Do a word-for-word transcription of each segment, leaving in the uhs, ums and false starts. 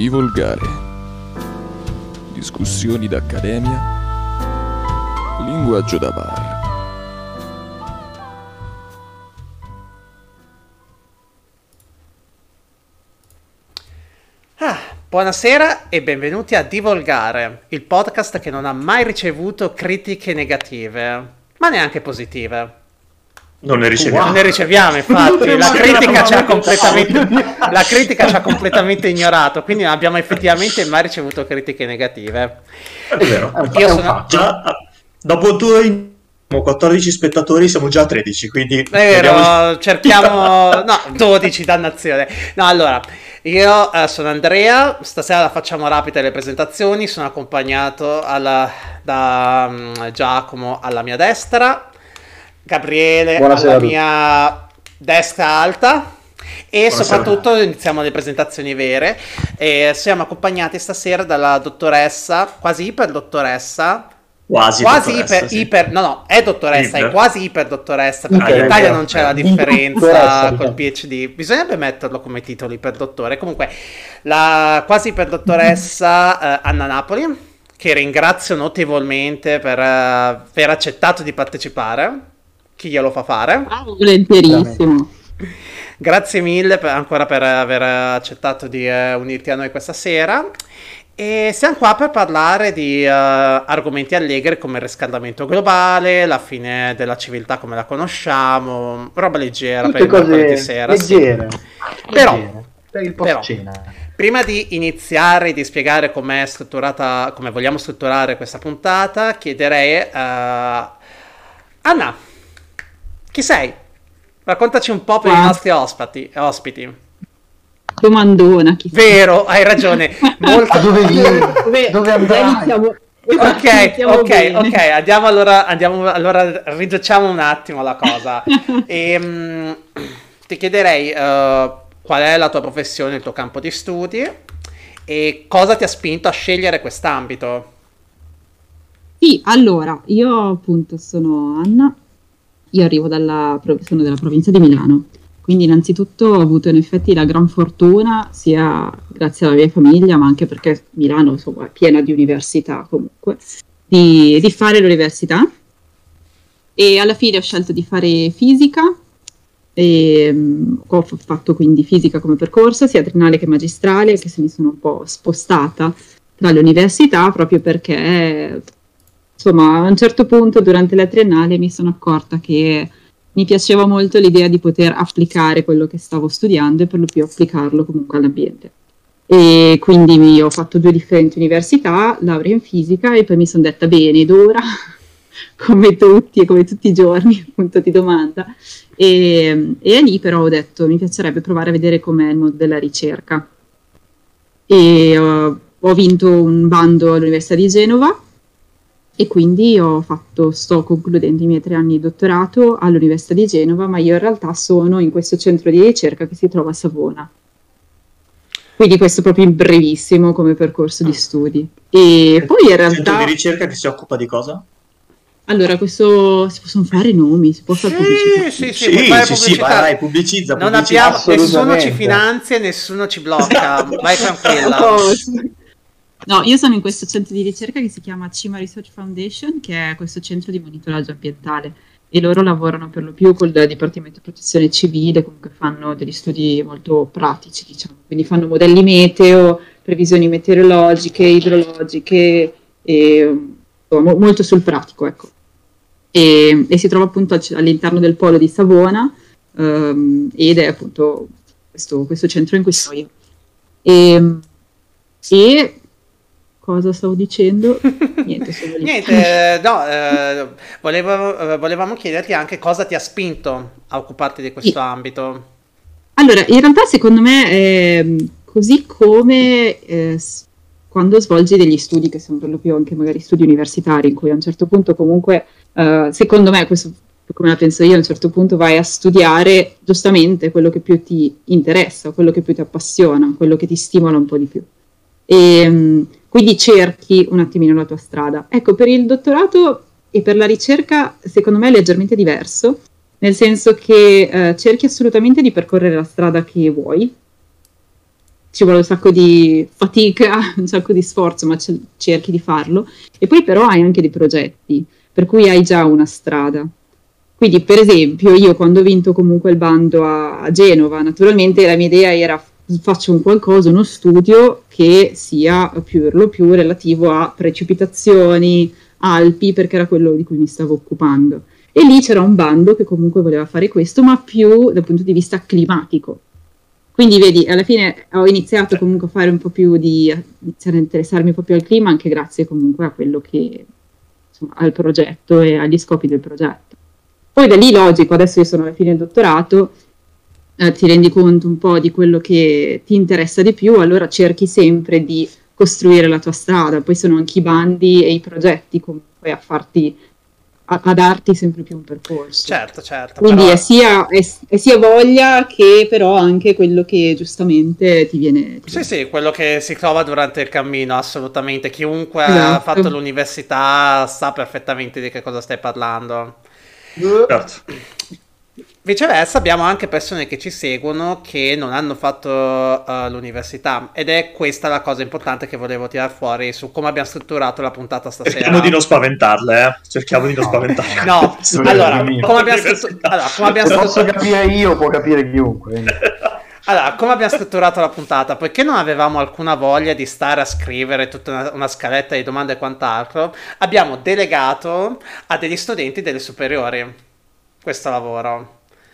Divolgare. Discussioni d'accademia. Linguaggio da bar. Ah, buonasera e benvenuti a Divolgare, il podcast che non ha mai ricevuto critiche negative, ma neanche positive. Non ne riceviamo. Non ne riceviamo, infatti, la critica ci ha completamente, la critica ci ha completamente ignorato, quindi non abbiamo effettivamente mai ricevuto critiche negative. È vero. Io sono... Già, dopo due quattordici spettatori siamo già a tredici, quindi... È vero, vediamo... cerchiamo... no, dodici, dannazione. No, allora, io eh, sono Andrea, stasera la facciamo rapida le presentazioni, sono accompagnato alla, da um, Giacomo alla mia destra, Gabriele Buonasera alla mia destra alta e Buonasera. Soprattutto iniziamo le presentazioni vere e siamo accompagnati stasera dalla dottoressa, quasi iper dottoressa, Quasi, quasi dottoressa, iper, sì. iper, no no, è dottoressa, Iper. è quasi iper dottoressa, perché Ah, in è Italia vero. non c'è la Di differenza dottoressa, col PhD, bisognerebbe metterlo come titolo iper dottore. Comunque la quasi iper dottoressa eh, Anna Napoli, che ringrazio notevolmente per eh, aver accettato di partecipare. Chi glielo fa fare? Ah, volentierissimo. Grazie mille per, ancora per aver accettato di eh, unirti a noi questa sera. E siamo qua per parlare di uh, argomenti allegri come il riscaldamento globale, la fine della civiltà come la conosciamo, roba leggera Tutte per il mercoledì cose sera. leggere, Sì. Però, leggere, per il però, post cena. prima di iniziare di spiegare com'è strutturata, come vogliamo strutturare questa puntata, chiederei uh, Anna, chi sei? Raccontaci un po' per Ah. i nostri ospiti. ospiti. Domandona. Chi Vero, hai ragione. Molto... A dove vieni? Dove, Dove andrai? iniziamo? Ok, Iniziamo ok, bene. ok, andiamo allora, andiamo allora, riduciamo un attimo la cosa. E, ti chiederei uh, qual è la tua professione, il tuo campo di studi e cosa ti ha spinto a scegliere quest'ambito. Sì, allora, io appunto sono Anna, io arrivo dalla, prov- sono della provincia di Milano, quindi innanzitutto ho avuto in effetti la gran fortuna, sia grazie alla mia famiglia, ma anche perché Milano insomma, è piena di università comunque, di, di fare l'università. E alla fine ho scelto di fare fisica, e mm, ho f- fatto quindi fisica come percorso, sia triennale che magistrale, che se mi sono un po' spostata tra le università proprio perché... Insomma, a un certo punto durante la triennale mi sono accorta che mi piaceva molto l'idea di poter applicare quello che stavo studiando e per lo più applicarlo comunque all'ambiente. E quindi mi ho fatto due differenti università, laurea in fisica, e poi mi sono detta bene, ed ora, come tutti e come tutti i giorni, punto di domanda. E, e lì però ho detto mi piacerebbe provare a vedere com'è il mondo della ricerca. E uh, ho vinto un bando all'Università di Genova. E quindi ho fatto, sto concludendo i miei tre anni di dottorato all'Università di Genova, ma io in realtà sono in questo centro di ricerca che si trova a Savona. Quindi questo proprio in brevissimo come percorso di studi. E poi in realtà... Centro di ricerca che si occupa di cosa? Allora, questo si possono fare nomi, si può fare pubblicità. Sì, sì, sì, Sì, puoi fare sì, sì, pubblicità. vai, vai, pubblicizza, Non pubblicizza. abbiamo, nessuno ci Assolutamente. finanzia, nessuno ci blocca, vai tranquilla. No, io sono in questo centro di ricerca che si chiama Cima Research Foundation, che è questo centro di monitoraggio ambientale, e loro lavorano per lo più col Dipartimento di Protezione Civile, comunque fanno degli studi molto pratici, diciamo, quindi fanno modelli meteo, previsioni meteorologiche, idrologiche, e, insomma, mo- molto sul pratico, ecco. E, e si trova appunto al- all'interno del polo di Savona, ehm, ed è appunto questo, questo centro in cui sto io. E, e cosa stavo dicendo? Niente, sono lì. Niente, eh, no, eh, volevo, eh, volevamo chiederti anche cosa ti ha spinto a occuparti di questo Sì. ambito. Allora, in realtà secondo me è così come eh, s- quando svolgi degli studi che sono per lo più anche magari studi universitari, in cui a un certo punto comunque, eh, secondo me, questo come la penso io, a un certo punto vai a studiare giustamente quello che più ti interessa, quello che più ti appassiona, quello che ti stimola un po' di più. E mm, quindi cerchi un attimino la tua strada. Ecco, per il dottorato e per la ricerca, secondo me è leggermente diverso, nel senso che eh, cerchi assolutamente di percorrere la strada che vuoi, ci vuole un sacco di fatica, un sacco di sforzo, ma c- cerchi di farlo. E poi però hai anche dei progetti, per cui hai già una strada. Quindi per esempio io quando ho vinto comunque il bando a, a Genova, naturalmente la mia idea era faccio un qualcosa, uno studio che sia più per lo più relativo a precipitazioni, Alpi, perché era quello di cui mi stavo occupando. E lì c'era un bando che comunque voleva fare questo, ma più dal punto di vista climatico. Quindi vedi, alla fine ho iniziato comunque a fare un po' più di, a iniziare a interessarmi un po' più al clima, anche grazie comunque a quello che, insomma, al progetto e agli scopi del progetto. Poi da lì, logico, adesso io sono alla fine del dottorato, eh, ti rendi conto un po' di quello che ti interessa di più, allora cerchi sempre di costruire la tua strada, poi sono anche i bandi e i progetti comunque a farti, a, a darti sempre più un percorso. Certo, certo. Quindi però... è, sia, è, è sia voglia che però anche quello che giustamente ti viene... Ti Sì, sì, quello che si trova durante il cammino, assolutamente. Chiunque ha Esatto. fatto l'università sa perfettamente di che cosa stai parlando. Certo. Viceversa abbiamo anche persone che ci seguono che non hanno fatto uh, l'università ed è questa la cosa importante che volevo tirare fuori su come abbiamo strutturato la puntata stasera. Cerchiamo di non spaventarle, eh. Cerchiamo di non spaventarle. No, allora, come abbiamo, stru- allora, come abbiamo Se posso strutturato... capire io, può capire chiunque. quindi. Allora, come abbiamo strutturato la puntata? Poiché non avevamo alcuna voglia di stare a scrivere tutta una, una scaletta di domande e quant'altro, abbiamo delegato a degli studenti delle superiori questo lavoro.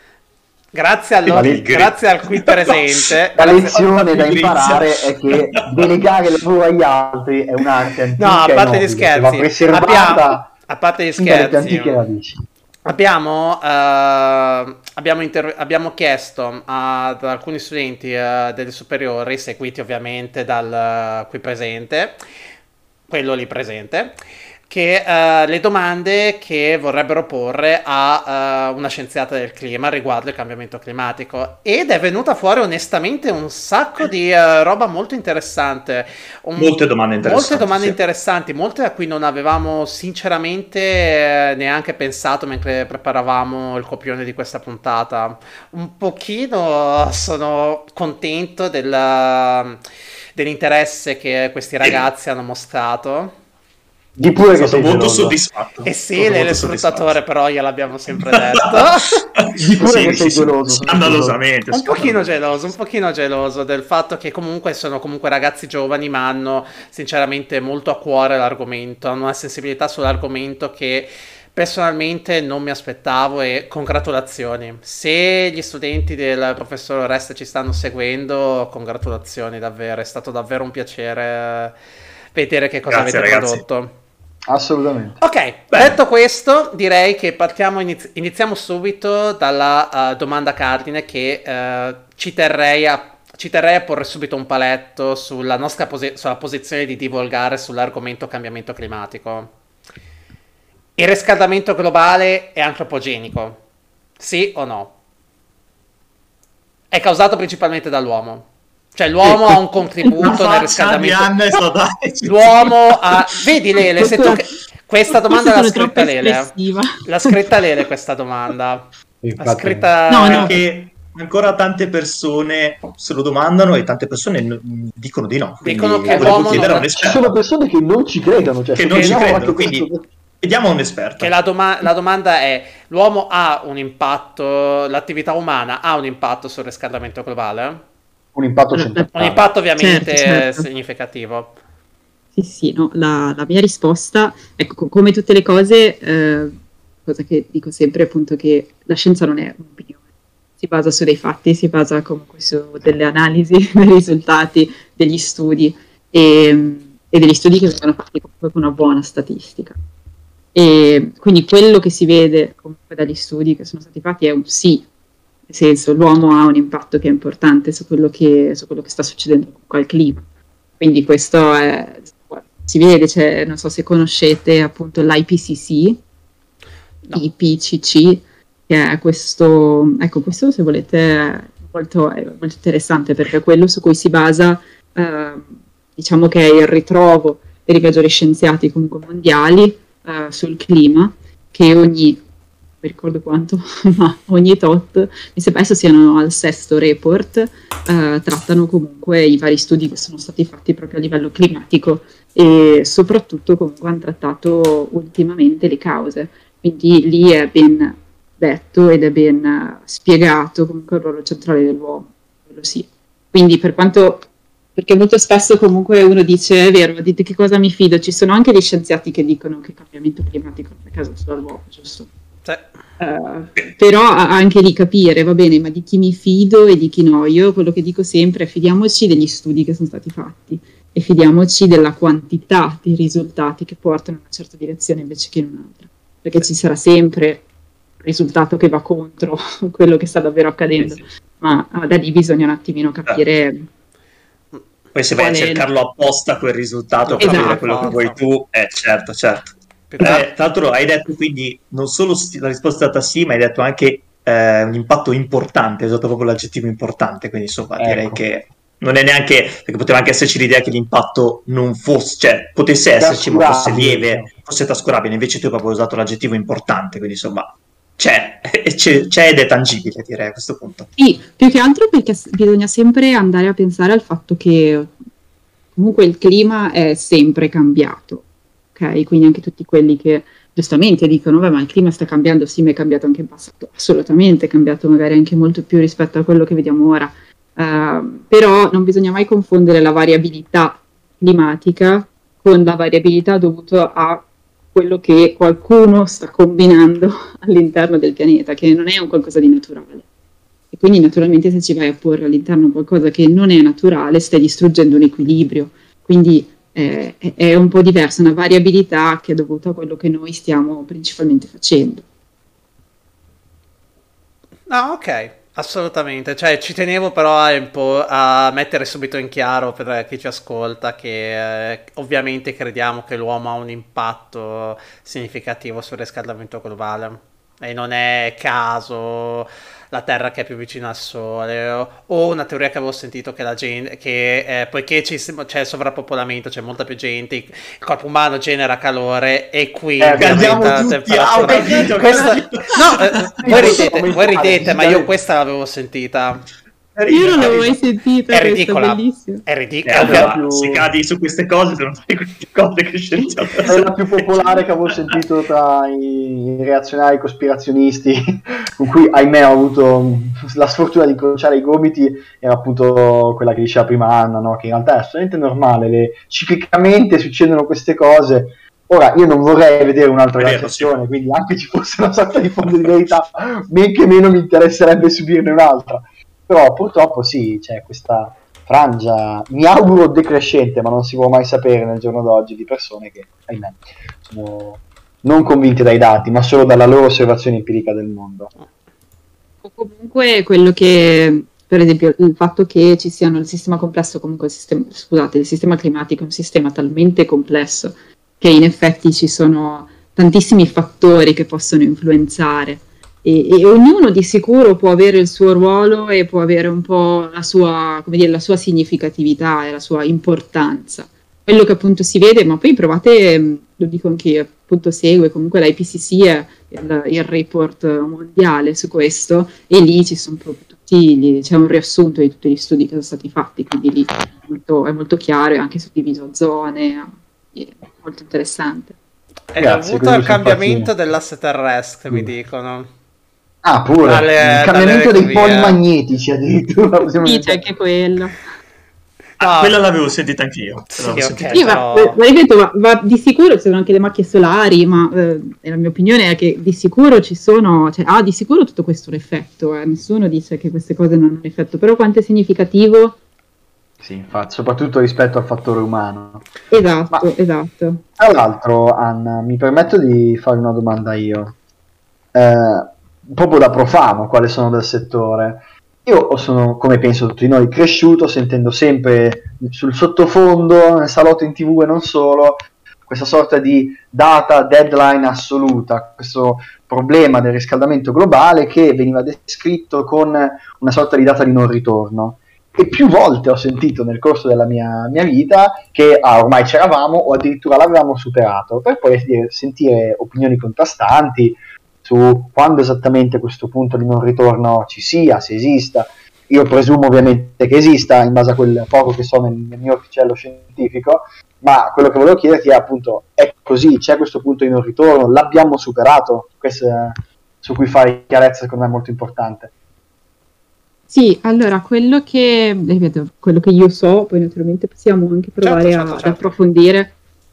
Grazie, allo- Sì, grazie al qui presente. La grazie- lezione da imparare è che delegare il lavoro agli altri è un'arte antica. No, a e parte gli nobile, scherzi, che va preservata abbiamo, a parte gli fin dalle più scherzi, antiche radici. abbiamo, eh, abbiamo, inter- abbiamo chiesto ad alcuni studenti eh, delle superiori, seguiti ovviamente dal eh, qui presente, quello lì presente, che eh, le domande che vorrebbero porre a eh, una scienziata del clima riguardo il cambiamento climatico, ed è venuta fuori onestamente un sacco di eh, roba molto interessante. Un- Molte domande interessanti, molte domande sì. interessanti, molte a cui non avevamo sinceramente eh, neanche pensato mentre preparavamo il copione di questa puntata. Un pochino sono contento del- dell'interesse che questi ragazzi hanno mostrato. Di pure che Sono sei molto geloso. soddisfatto. E sì, Sono lei è molto sfruttatore, però gliel'abbiamo sempre detto. Di pure Sì, che sì, sei sì, geloso. scandalosamente. Un pochino scandalosamente. geloso, un pochino geloso del fatto che comunque sono comunque ragazzi giovani, ma hanno sinceramente molto a cuore l'argomento, hanno una sensibilità sull'argomento che personalmente non mi aspettavo, e congratulazioni. Se gli studenti del professor Oreste ci stanno seguendo, congratulazioni davvero, è stato davvero un piacere vedere che cosa Grazie, avete ragazzi. prodotto. Assolutamente. Ok, Bene. detto questo, direi che partiamo, iniz- iniziamo subito dalla uh, domanda cardine che uh, ci terrei a, ci terrei a porre subito un paletto sulla nostra posi- sulla posizione di divulgare sull'argomento cambiamento climatico. Il riscaldamento globale è antropogenico? Sì o no? È causato principalmente dall'uomo. Cioè l'uomo ha un contributo nel riscaldamento. Anna è stata... L'uomo ha... Vedi Lele, se tu... Questa domanda l'ha Forse sono scritta troppo Lele. espressiva. L'ha scritta Lele questa domanda. L'ha Infatti, scritta... No, no. Perché ancora tante persone se lo domandano e tante persone n- dicono di no. Quindi Dicono che volevo l'uomo chiedere non- a un ci esperto. sono persone che non ci credono. Cioè, Che non ci vediamo credono, anche quindi- questo- Chiediamo a un esperto. Che la, doma- la domanda è: l'uomo ha un impatto, l'attività umana ha un impatto sul riscaldamento globale? un impatto Un centrale. Un impatto ovviamente Certo, certo. significativo. Sì, sì, no, la, la mia risposta, ecco, co- come tutte le cose, eh, cosa che dico sempre è appunto che la scienza non è un'opinione, si basa su dei fatti, si basa comunque su delle analisi, dei risultati, degli studi e, e degli studi che vengono fatti comunque con una buona statistica. E quindi quello che si vede comunque dagli studi che sono stati fatti è un sì, nel senso l'uomo ha un impatto che è importante su quello che, su quello che sta succedendo comunque al clima. Quindi questo è, si vede, cioè, non so se conoscete appunto l'I P C C, No. I P C C, che è questo, ecco, questo se volete è molto, è molto interessante perché è quello su cui si basa, eh, diciamo che è il ritrovo dei maggiori scienziati comunque mondiali eh, sul clima, che ogni ricordo quanto, ma ogni tot, mi sembra adesso siano al sesto report, eh, trattano comunque i vari studi che sono stati fatti proprio a livello climatico e soprattutto comunque hanno trattato ultimamente le cause, quindi lì è ben detto ed è ben spiegato comunque il ruolo centrale dell'uomo, quello sì. Quindi per quanto, perché molto spesso comunque uno dice, è vero, di che cosa mi fido, ci sono anche gli scienziati che dicono che il cambiamento climatico non è caso solo all'uomo, giusto? Sì. Uh, però anche lì capire, va bene, ma di chi mi fido e di chi no. Io quello che dico sempre è fidiamoci degli studi che sono stati fatti e fidiamoci della quantità di risultati che portano in una certa direzione invece che in un'altra, perché ci sarà sempre risultato che va contro quello che sta davvero accadendo, sì, sì. Ma da lì bisogna un attimino capire. Poi se vai a cercarlo apposta quel risultato, esatto, per avere quello che vuoi tu, eh, certo, certo. Eh, tra l'altro hai detto quindi non solo la risposta è stata sì, ma hai detto anche eh, un impatto importante, hai usato proprio l'aggettivo importante, quindi insomma ecco. Direi che non è neanche, perché poteva anche esserci l'idea che l'impatto non fosse, cioè potesse esserci ma fosse lieve, fosse trascurabile, invece tu hai proprio usato l'aggettivo importante, quindi insomma c'è, c'è, c'è ed è tangibile, direi a questo punto. Sì, più che altro perché bisogna sempre andare a pensare al fatto che comunque il clima è sempre cambiato, ok? Quindi anche tutti quelli che giustamente dicono, beh, ma il clima sta cambiando, sì, ma è cambiato anche in passato, assolutamente è cambiato magari anche molto più rispetto a quello che vediamo ora, uh, però non bisogna mai confondere la variabilità climatica con la variabilità dovuta a quello che qualcuno sta combinando all'interno del pianeta, che non è un qualcosa di naturale. E quindi naturalmente se ci vai a porre all'interno qualcosa che non è naturale, stai distruggendo un equilibrio. Quindi eh, è un po' diversa, una variabilità che è dovuta a quello che noi stiamo principalmente facendo. Ah, ok. Assolutamente, cioè ci tenevo però a, un po' a mettere subito in chiaro per chi ci ascolta che eh, ovviamente crediamo che l'uomo ha un impatto significativo sul riscaldamento globale e non è caso la Terra che è più vicina al Sole o, o una teoria che avevo sentito che la gente che eh, poiché ci, c'è sovrappopolamento, c'è molta più gente, il corpo umano genera calore e quindi eh, aumenta la temperatura. Questa, no, eh, voi ridete, voi ridete ma io questa l'avevo sentita. Io non l'avevo mai sentita. È ridicola. È ridicola. Eh, allora, più... Se cadi su queste cose, non fai queste cose che scienziato. È la più popolare che avevo sentito tra i reazionari cospirazionisti, con cui ahimè ho avuto la sfortuna di incrociare i gomiti. Era appunto quella che diceva prima Anna, no? Che in realtà è assolutamente normale, le... ciclicamente succedono queste cose. Ora, io non vorrei vedere un'altra reazione, sì. Quindi anche ci fosse una sorta di fondo di verità, men che meno mi interesserebbe subirne un'altra. Però purtroppo sì, c'è questa frangia, mi auguro decrescente, ma non si può mai sapere nel giorno d'oggi, di persone che, ahimè, sono non convinte dai dati, ma solo dalla loro osservazione empirica del mondo. O comunque quello che, per esempio, il fatto che ci siano il sistema complesso, comunque il sistema, scusate, il sistema climatico è un sistema talmente complesso che in effetti ci sono tantissimi fattori che possono influenzare. E, e ognuno di sicuro può avere il suo ruolo e può avere un po' la sua, come dire, la sua significatività e la sua importanza. Quello che appunto si vede, ma poi provate, lo dico anche appunto segue comunque l'I P C C è il, il report mondiale su questo e lì ci sono proprio tutti gli, c'è un riassunto di tutti gli studi che sono stati fatti, quindi lì è molto, è molto chiaro e anche suddiviso a zone, è molto interessante. È dovuto al cambiamento fatti... dell'asse terrestre, mm. mi dicono. Ah, pure dalle, il cambiamento dei poli magnetici addirittura. Sì, c'è anche quello. Ah, quella l'avevo sentita anch'io. Sì, okay, sentita. Sì, però... ma, ma, ripeto, ma, ma di sicuro ci sono anche le macchie solari, ma eh, la mia opinione è che di sicuro ci sono, cioè, ah, di sicuro tutto questo è un effetto, eh. Nessuno dice che queste cose non hanno un effetto, però quanto è significativo? Sì, infatti, soprattutto rispetto al fattore umano. Esatto, ma, esatto. Tra l'altro, Anna, mi permetto di fare una domanda io. Eh, proprio da profano, quale sono del settore. Io sono, come penso tutti noi, cresciuto sentendo sempre sul sottofondo, nel salotto in tv e non solo, questa sorta di data deadline assoluta, questo problema del riscaldamento globale che veniva descritto con una sorta di data di non ritorno. E più volte ho sentito nel corso della mia, mia vita che ah, ormai c'eravamo o addirittura l'avevamo superato, per poi sentire opinioni contrastanti su quando esattamente questo punto di non ritorno ci sia, se esista. Io presumo ovviamente che esista in base a quel poco che so nel, nel mio orticello scientifico, ma quello che volevo chiederti è appunto, è così, c'è questo punto di non ritorno, l'abbiamo superato? Questo è, su cui fare chiarezza secondo me è molto importante. Sì, allora quello che, ripeto, quello che io so, poi naturalmente possiamo anche provare certo, certo, a, certo. ad approfondire,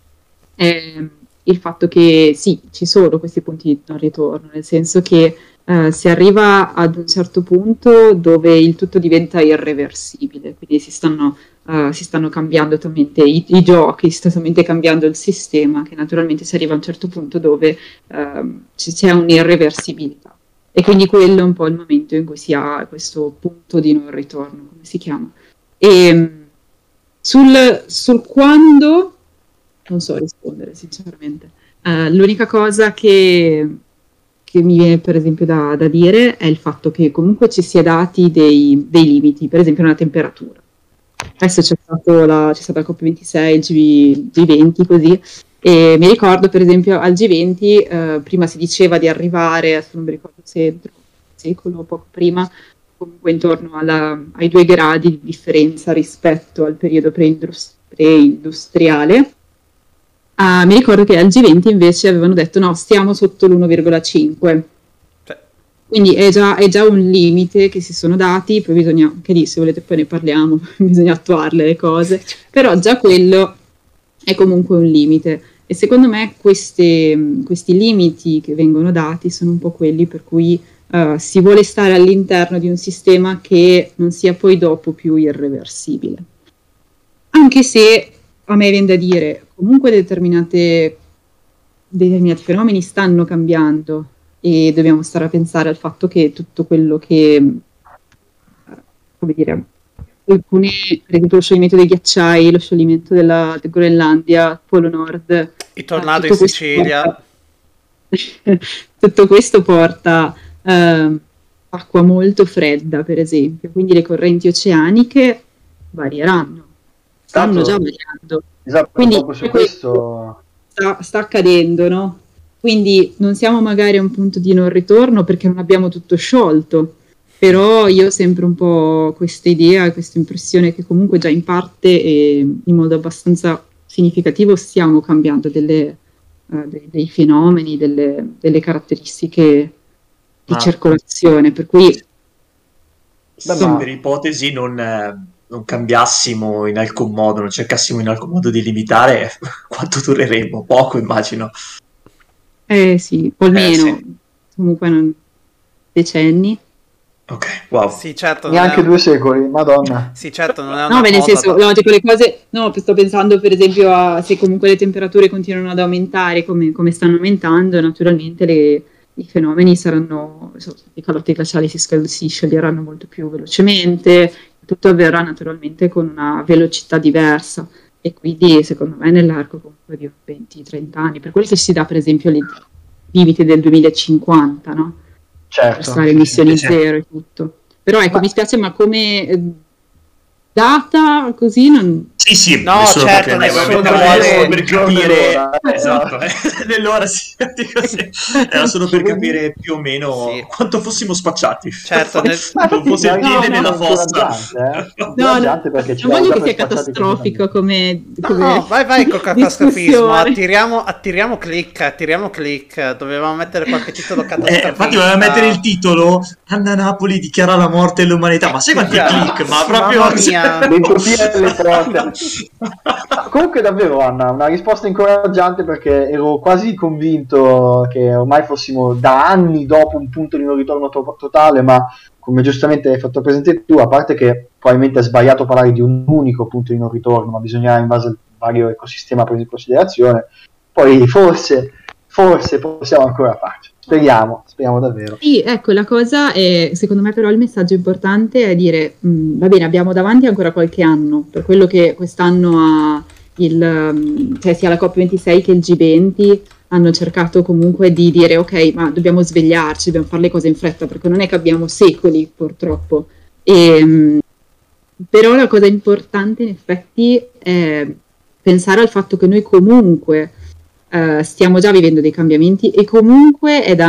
è il fatto che sì, ci sono questi punti di non ritorno, nel senso che Uh, si arriva ad un certo punto dove il tutto diventa irreversibile, quindi si stanno, uh, si stanno cambiando totalmente i, i giochi, si sta totalmente cambiando il sistema, che naturalmente si arriva a un certo punto dove uh, c'è un'irreversibilità. E quindi quello è un po' il momento in cui si ha questo punto di non ritorno, come si chiama. E sul, sul quando non so rispondere sinceramente. Uh, l'unica cosa che che mi viene per esempio da, da dire è il fatto che comunque ci sia dati dei, dei limiti, per esempio una temperatura. Adesso c'è, stato la, c'è stata la COP ventisei, il G venti così, e mi ricordo per esempio al G venti eh, prima si diceva di arrivare, adesso non mi ricordo se entro un secolo o poco prima, comunque intorno alla, ai due gradi di differenza rispetto al periodo preindustri- preindustriale. Uh, mi ricordo che al G venti invece avevano detto no, stiamo sotto l'uno virgola cinque, sì. Quindi è già, è già un limite che si sono dati, poi bisogna, anche lì se volete poi ne parliamo, bisogna attuarle le cose, però già quello è comunque un limite e secondo me queste, questi limiti che vengono dati sono un po' quelli per cui uh, si vuole stare all'interno di un sistema che non sia poi dopo più irreversibile, anche se a me viene da dire comunque determinate, determinati fenomeni stanno cambiando e dobbiamo stare a pensare al fatto che tutto quello che, come dire, alcune, per esempio lo scioglimento dei ghiacciai, lo scioglimento della, del Groenlandia, il Polo Nord, i tornado in Sicilia, porta, tutto questo porta eh, acqua molto fredda, per esempio, quindi le correnti oceaniche varieranno. Stanno già variando, esatto, quindi proprio su questo sta, sta accadendo, no? Quindi non siamo magari a un punto di non ritorno perché non abbiamo tutto sciolto, però io ho sempre un po' questa idea, questa impressione che comunque già in parte e in modo abbastanza significativo stiamo cambiando delle, uh, dei, dei fenomeni, delle, delle caratteristiche di ah. circolazione, per cui Beh, ma per ipotesi non... Eh... non cambiassimo in alcun modo, non cercassimo in alcun modo di limitare, quanto dureremmo? Poco, immagino. Eh sì, o almeno, eh, sì. comunque non... decenni. Ok, wow. Sì, certo. Neanche è... due secoli, madonna. Sì, certo, non è una No, beh, nel cosa senso, da... no, tipo le cose, no, sto pensando per esempio a se comunque le temperature continuano ad aumentare come, come stanno aumentando, naturalmente le, i fenomeni saranno, so, i calotti glaciali si, si scioglieranno molto più velocemente, tutto avverrà naturalmente con una velocità diversa e quindi secondo me nell'arco comunque di venti trenta anni, per quello che si dà per esempio il limite del duemilacinquanta, no? Certo. Per stare emissioni sì, zero e tutto. Però ecco, ma... mi spiace, ma come eh, data così non... Sì, sì, no, certo, nessuno vuole per capire, esatto, eh. nell'ora sì, così. Era solo per capire più o meno sì. quanto fossimo spacciati. Certo, nel... non fosse il piede no, nella no, fossa. Eh? No, no, no, perché non voglio che sia catastrofico come, come no, no, vai vai col catastrofismo, attiriamo, attiriamo click, attiriamo click, dovevamo mettere qualche titolo catastrofista. Eh, infatti volevamo mettere il titolo Anna Napoli dichiara la morte all'umanità, ma sai quanti click? Ma proprio le porte. Comunque davvero Anna, una risposta incoraggiante perché ero quasi convinto che ormai fossimo da anni dopo un punto di non ritorno to- totale, ma come giustamente hai fatto presente tu, a parte che probabilmente è sbagliato parlare di un unico punto di non ritorno, ma bisogna in base al vario ecosistema preso in considerazione, poi forse forse possiamo ancora farci. Speriamo, speriamo davvero. Sì, ecco, la cosa è, secondo me però il messaggio importante è dire, mh, va bene, abbiamo davanti ancora qualche anno, per quello che quest'anno ha il, cioè sia la COP ventisei che il G venti hanno cercato comunque di dire ok, ma dobbiamo svegliarci, dobbiamo fare le cose in fretta, perché non è che abbiamo secoli purtroppo. E, mh, però la cosa importante in effetti è pensare al fatto che noi comunque Uh, stiamo già vivendo dei cambiamenti e comunque è da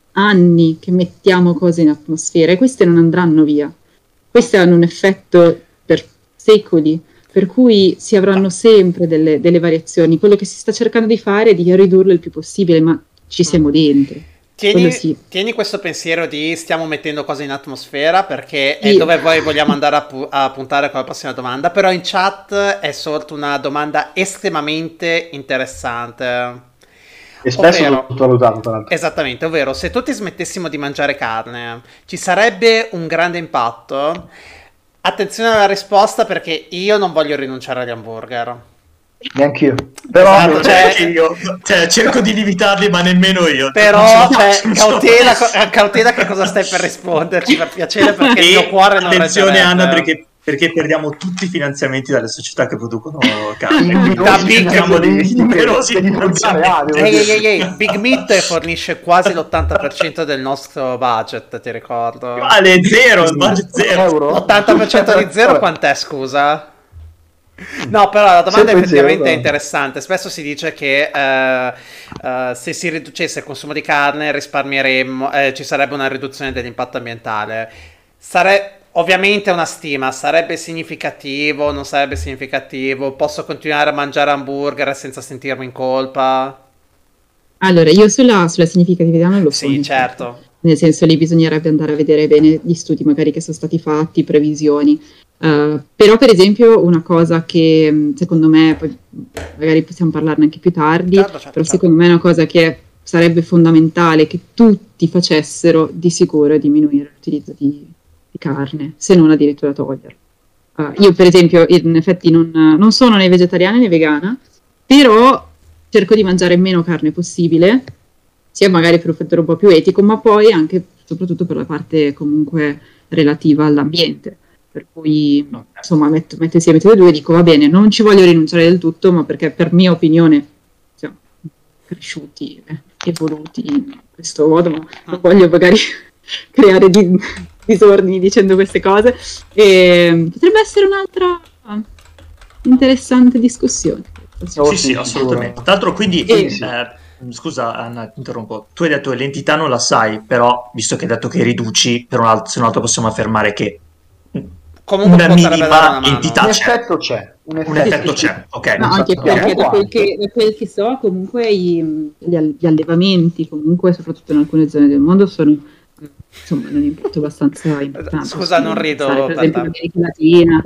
anni che mettiamo cose in atmosfera e queste non andranno via. Queste hanno un effetto per secoli, per cui si avranno sempre delle, delle variazioni. Quello che si sta cercando di fare è di ridurlo il più possibile, ma ci siamo dentro. Tieni, sì. tieni questo pensiero di stiamo mettendo cose in atmosfera, perché è dove poi vogliamo andare a, pu- a puntare con la prossima domanda, però in chat è sorta una domanda estremamente interessante. E spesso ovvero, sottovalutato, tra l'altro. Esattamente, ovvero se tutti smettessimo di mangiare carne, ci sarebbe un grande impatto? Attenzione alla risposta, perché io non voglio rinunciare agli hamburger. Neanch'io. Però esatto, cioè, io cioè, cerco di limitarli, ma nemmeno io. Però cioè, cautela, cautela che cosa stai per risponderci, per piacere, perché e il mio cuore non attenzione Anna, perché, perché perdiamo tutti i finanziamenti dalle società che producono carne. Da Big numerosi ehi, ehi, ehi, Big Meat fornisce quasi l'ottanta per cento del nostro budget, ti ricordo. Vale, zero, il budget zero. l'ottanta per cento di zero quant'è, scusa? No, però la domanda è effettivamente zero, interessante. Spesso si dice che eh, eh, se si riducesse il consumo di carne risparmieremmo, eh, ci sarebbe una riduzione dell'impatto ambientale. Sare- ovviamente è una stima, sarebbe significativo, non sarebbe significativo? Posso continuare a mangiare hamburger senza sentirmi in colpa? Allora, io sulla, sulla significatività non lo so. Sì, certo. Nel senso, lì bisognerebbe andare a vedere bene gli studi magari che sono stati fatti, previsioni. Uh, però per esempio una cosa che secondo me, poi magari possiamo parlarne anche più tardi, certo, certo, però certo. secondo me è una cosa che sarebbe fondamentale che tutti facessero di sicuro è diminuire l'utilizzo di, di carne, se non addirittura toglierla. Uh, io per esempio in effetti non, non sono né vegetariana né vegana, però cerco di mangiare meno carne possibile, sia magari per un fattore un po' più etico, ma poi anche soprattutto per la parte comunque relativa all'ambiente. Per cui, insomma, metto, metto insieme tutte e due e dico, va bene, non ci voglio rinunciare del tutto, ma perché per mia opinione siamo cresciuti, eh, evoluti in questo modo, ma non voglio magari creare di, disordini dicendo queste cose. E potrebbe essere un'altra interessante discussione. Sì, sì, assolutamente. Tra l'altro, quindi, e, eh, scusa Anna, ti interrompo, tu hai detto che l'entità non la sai, però, visto che hai detto che riduci, per un altro, se un altro possiamo affermare che comunque una minima entità un c'è. effetto c'è un effetto, un effetto c'è, ok. No, anche perché da quel, che, da quel che so comunque i, gli, gli allevamenti comunque soprattutto in alcune zone del mondo sono insomma un impatto abbastanza importante. Scusa, non rido, per esempio in America Latina.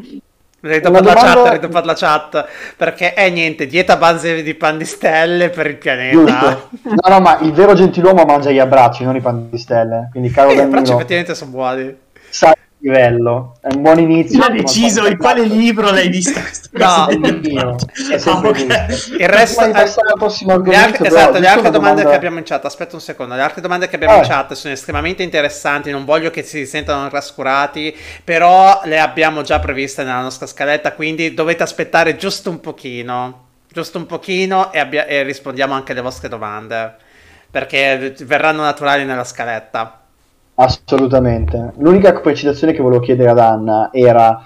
Rido per, domanda... rido per la chat perché è niente, dieta a base di pan di stelle per il pianeta. Giusto. No, no, ma il vero gentiluomo mangia gli abbracci, non i pan di stelle, quindi caro eh, Danilo, però effettivamente sono buoni. Sai livello, è un buon inizio. Non ho deciso in quale libro l'hai vista no, è il mio, è sempre okay. Il resto è passare al prossimo argomento. Le altre, esatto, le altre domande domanda... che abbiamo in chat, aspetta un secondo, le altre domande che abbiamo eh. in chat sono estremamente interessanti, non voglio che si sentano trascurati, però le abbiamo già previste nella nostra scaletta, quindi dovete aspettare giusto un pochino, giusto un pochino e, abbia... e rispondiamo anche alle vostre domande, perché verranno naturali nella scaletta. Assolutamente. L'unica precisazione che volevo chiedere ad Anna era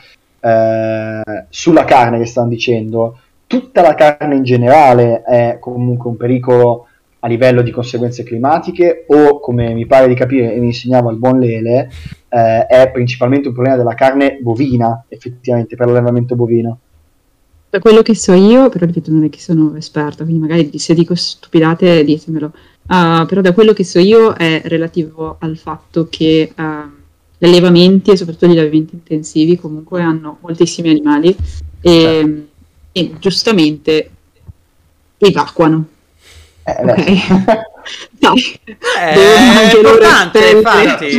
eh, sulla carne che stanno dicendo. Tutta la carne in generale è comunque un pericolo a livello di conseguenze climatiche o, come mi pare di capire e mi insegnava il buon Lele, eh, è principalmente un problema della carne bovina, effettivamente, per l'allevamento bovino? Da quello che so io, però ripeto non è che sono esperta, quindi magari se dico stupidate ditemelo. Uh, però da quello che so io è relativo al fatto che uh, gli allevamenti e soprattutto gli allevamenti intensivi comunque hanno moltissimi animali e, e giustamente evacuano. Eh, ok? Dai, è importante infatti.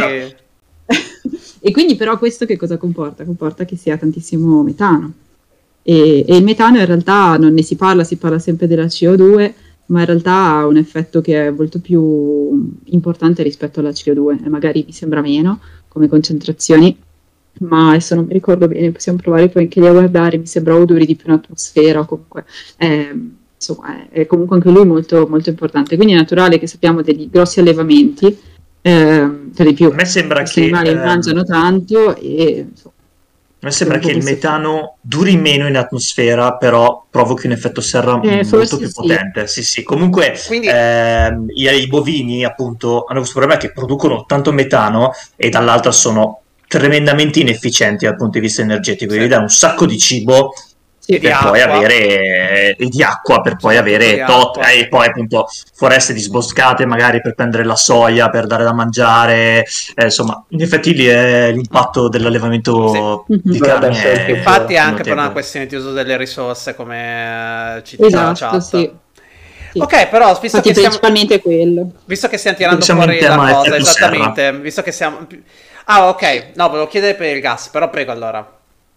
E quindi però questo che cosa comporta? Comporta che sia tantissimo metano e, e il metano in realtà non ne si parla, si parla sempre della C O due, ma in realtà ha un effetto che è molto più importante rispetto alla C O due e magari mi sembra meno come concentrazioni, ma adesso non mi ricordo bene, possiamo provare poi anche lì a guardare, mi sembra o duri di più in atmosfera o comunque è, insomma è, è comunque anche lui molto, molto importante, quindi è naturale che sappiamo degli grossi allevamenti, eh, per di più a me sembra questi che animali eh... mangiano tanto e insomma. A me sembra che il metano duri meno in atmosfera, però provochi un effetto serra Eh, molto forse più sì. potente. Sì, sì. Comunque Quindi- ehm, i, i bovini, appunto, hanno questo problema che producono tanto metano e dall'altra sono tremendamente inefficienti dal punto di vista energetico. Sì. Gli dà un sacco di cibo E di per poi acqua. avere e di acqua per poi Soprattutto avere di tot acqua. e poi appunto foreste disboscate magari per prendere la soia, per dare da mangiare, eh, insomma, in effetti lì è l'impatto dell'allevamento Sì. di Dovrebbe carne essere il è- peggiore. Infatti è anche per una notevole. questione di uso delle risorse, come eh, ci dice la Esatto, chat. sì. Sì. Ok, però visto Infatti che, stiamo, principalmente quello. visto che stiamo tirando Siamo in fuori tema la cosa, effetto esattamente, visto che siamo... Ah, ok, no, volevo chiedere per il gas, però prego allora.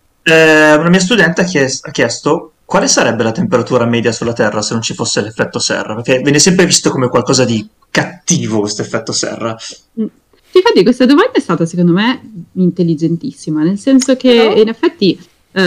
Eh, una mia studente ha, chies- ha chiesto quale sarebbe la temperatura media sulla Terra se non ci fosse l'effetto serra, perché viene sempre visto come qualcosa di cattivo questo effetto serra. Mm. Infatti questa domanda è stata secondo me intelligentissima, nel senso che Però- in effetti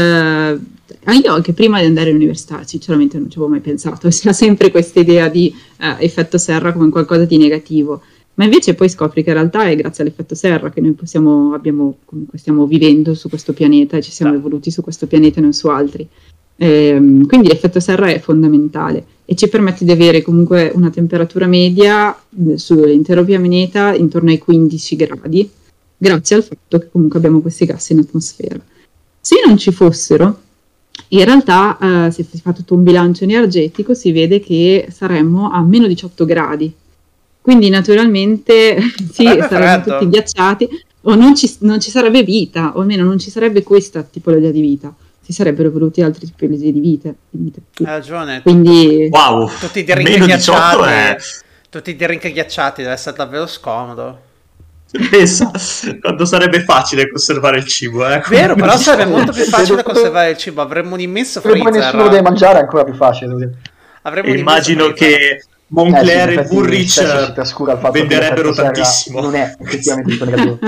eh, io anche prima di andare all'università sinceramente non ci avevo mai pensato, si ha sempre questa idea di eh, effetto serra come qualcosa di negativo, ma invece poi scopri che in realtà è grazie all'effetto serra che noi possiamo, abbiamo, comunque stiamo vivendo su questo pianeta e ci siamo evoluti su questo pianeta e non su altri. Ehm, quindi l'effetto serra è fondamentale e ci permette di avere comunque una temperatura media eh, sull'intero pianeta intorno ai quindici gradi, grazie al fatto che comunque abbiamo questi gas in atmosfera. Se non ci fossero, in realtà eh, se si fa tutto un bilancio energetico si vede che saremmo a meno diciotto gradi. Quindi naturalmente sì, Sarebbe saremmo freddo. tutti ghiacciati o non ci, non ci sarebbe vita, o almeno non ci sarebbe questa tipologia di vita. Si sarebbero evoluti altri tipologie di vite. di vite. Hai ragione. Quindi Wow, Tutti i drink meno diciotto ghiacciati. è... Tutti i drink ghiacciati, deve essere davvero scomodo. Pensa, quando sarebbe facile conservare il cibo, eh? Vero, però Meno sarebbe diciotto. molto più facile conservare il cibo. Avremmo un immenso Se poi nessuno lo deve freezer. mangiare è ancora più facile. devo dire. Avremmo E un immenso immagino freezer. che Moncler Eh sì, in e effetti Burrich spesso si trascura il fatto che venderebbero l'effetto serra tantissimo. non è effettivamente tutto negativo.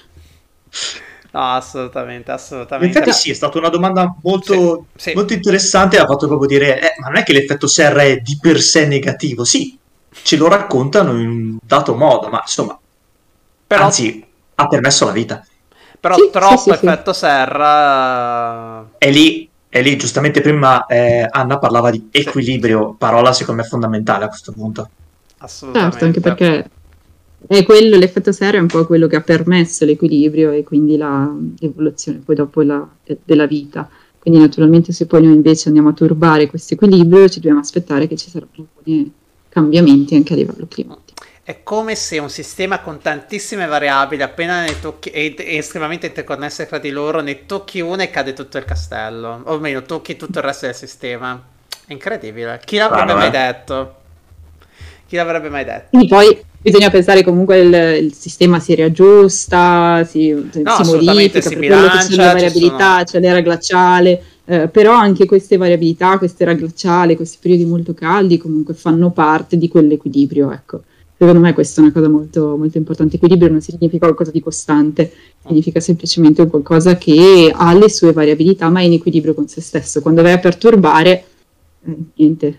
No, assolutamente, In assolutamente. effetti sì, è stata una domanda molto, Sì, sì. molto interessante, ha fatto proprio dire, eh, ma non è che l'effetto serra è di per sé negativo, sì, ce lo raccontano in un dato modo, ma insomma, Però, anzi, ha permesso la vita. però Sì, troppo sì, sì, sì. effetto serra. E lì, e lì giustamente prima eh, Anna parlava di equilibrio, parola secondo me fondamentale a questo punto. Assolutamente. certo, anche perché è quello, l'effetto serra è un po' quello che ha permesso l'equilibrio e quindi la, l'evoluzione poi dopo la, de- della vita. Quindi naturalmente se poi noi invece andiamo a turbare questo equilibrio ci dobbiamo aspettare che ci saranno alcuni cambiamenti anche a livello climatico. È come se un sistema con tantissime variabili, appena ne tocchi, e e estremamente interconnesse tra di loro, ne tocchi una e cade tutto il castello. O meglio, tocchi tutto il resto del sistema. È incredibile. Chi l'avrebbe Strano, mai eh? detto? Chi l'avrebbe mai detto? Quindi poi bisogna pensare comunque il, il sistema si riaggiusta, si, No, si assolutamente, modifica, si per quello che ci sono bilancia, le ci variabilità, sono- c'è l'era glaciale, eh, però anche queste variabilità, questa era glaciale, questi periodi molto caldi comunque fanno parte di quell'equilibrio, ecco. Secondo me questa è una cosa molto, molto importante. Equilibrio non significa qualcosa di costante, significa semplicemente un qualcosa che ha le sue variabilità ma è in equilibrio con se stesso. Quando vai a perturbare, eh, niente,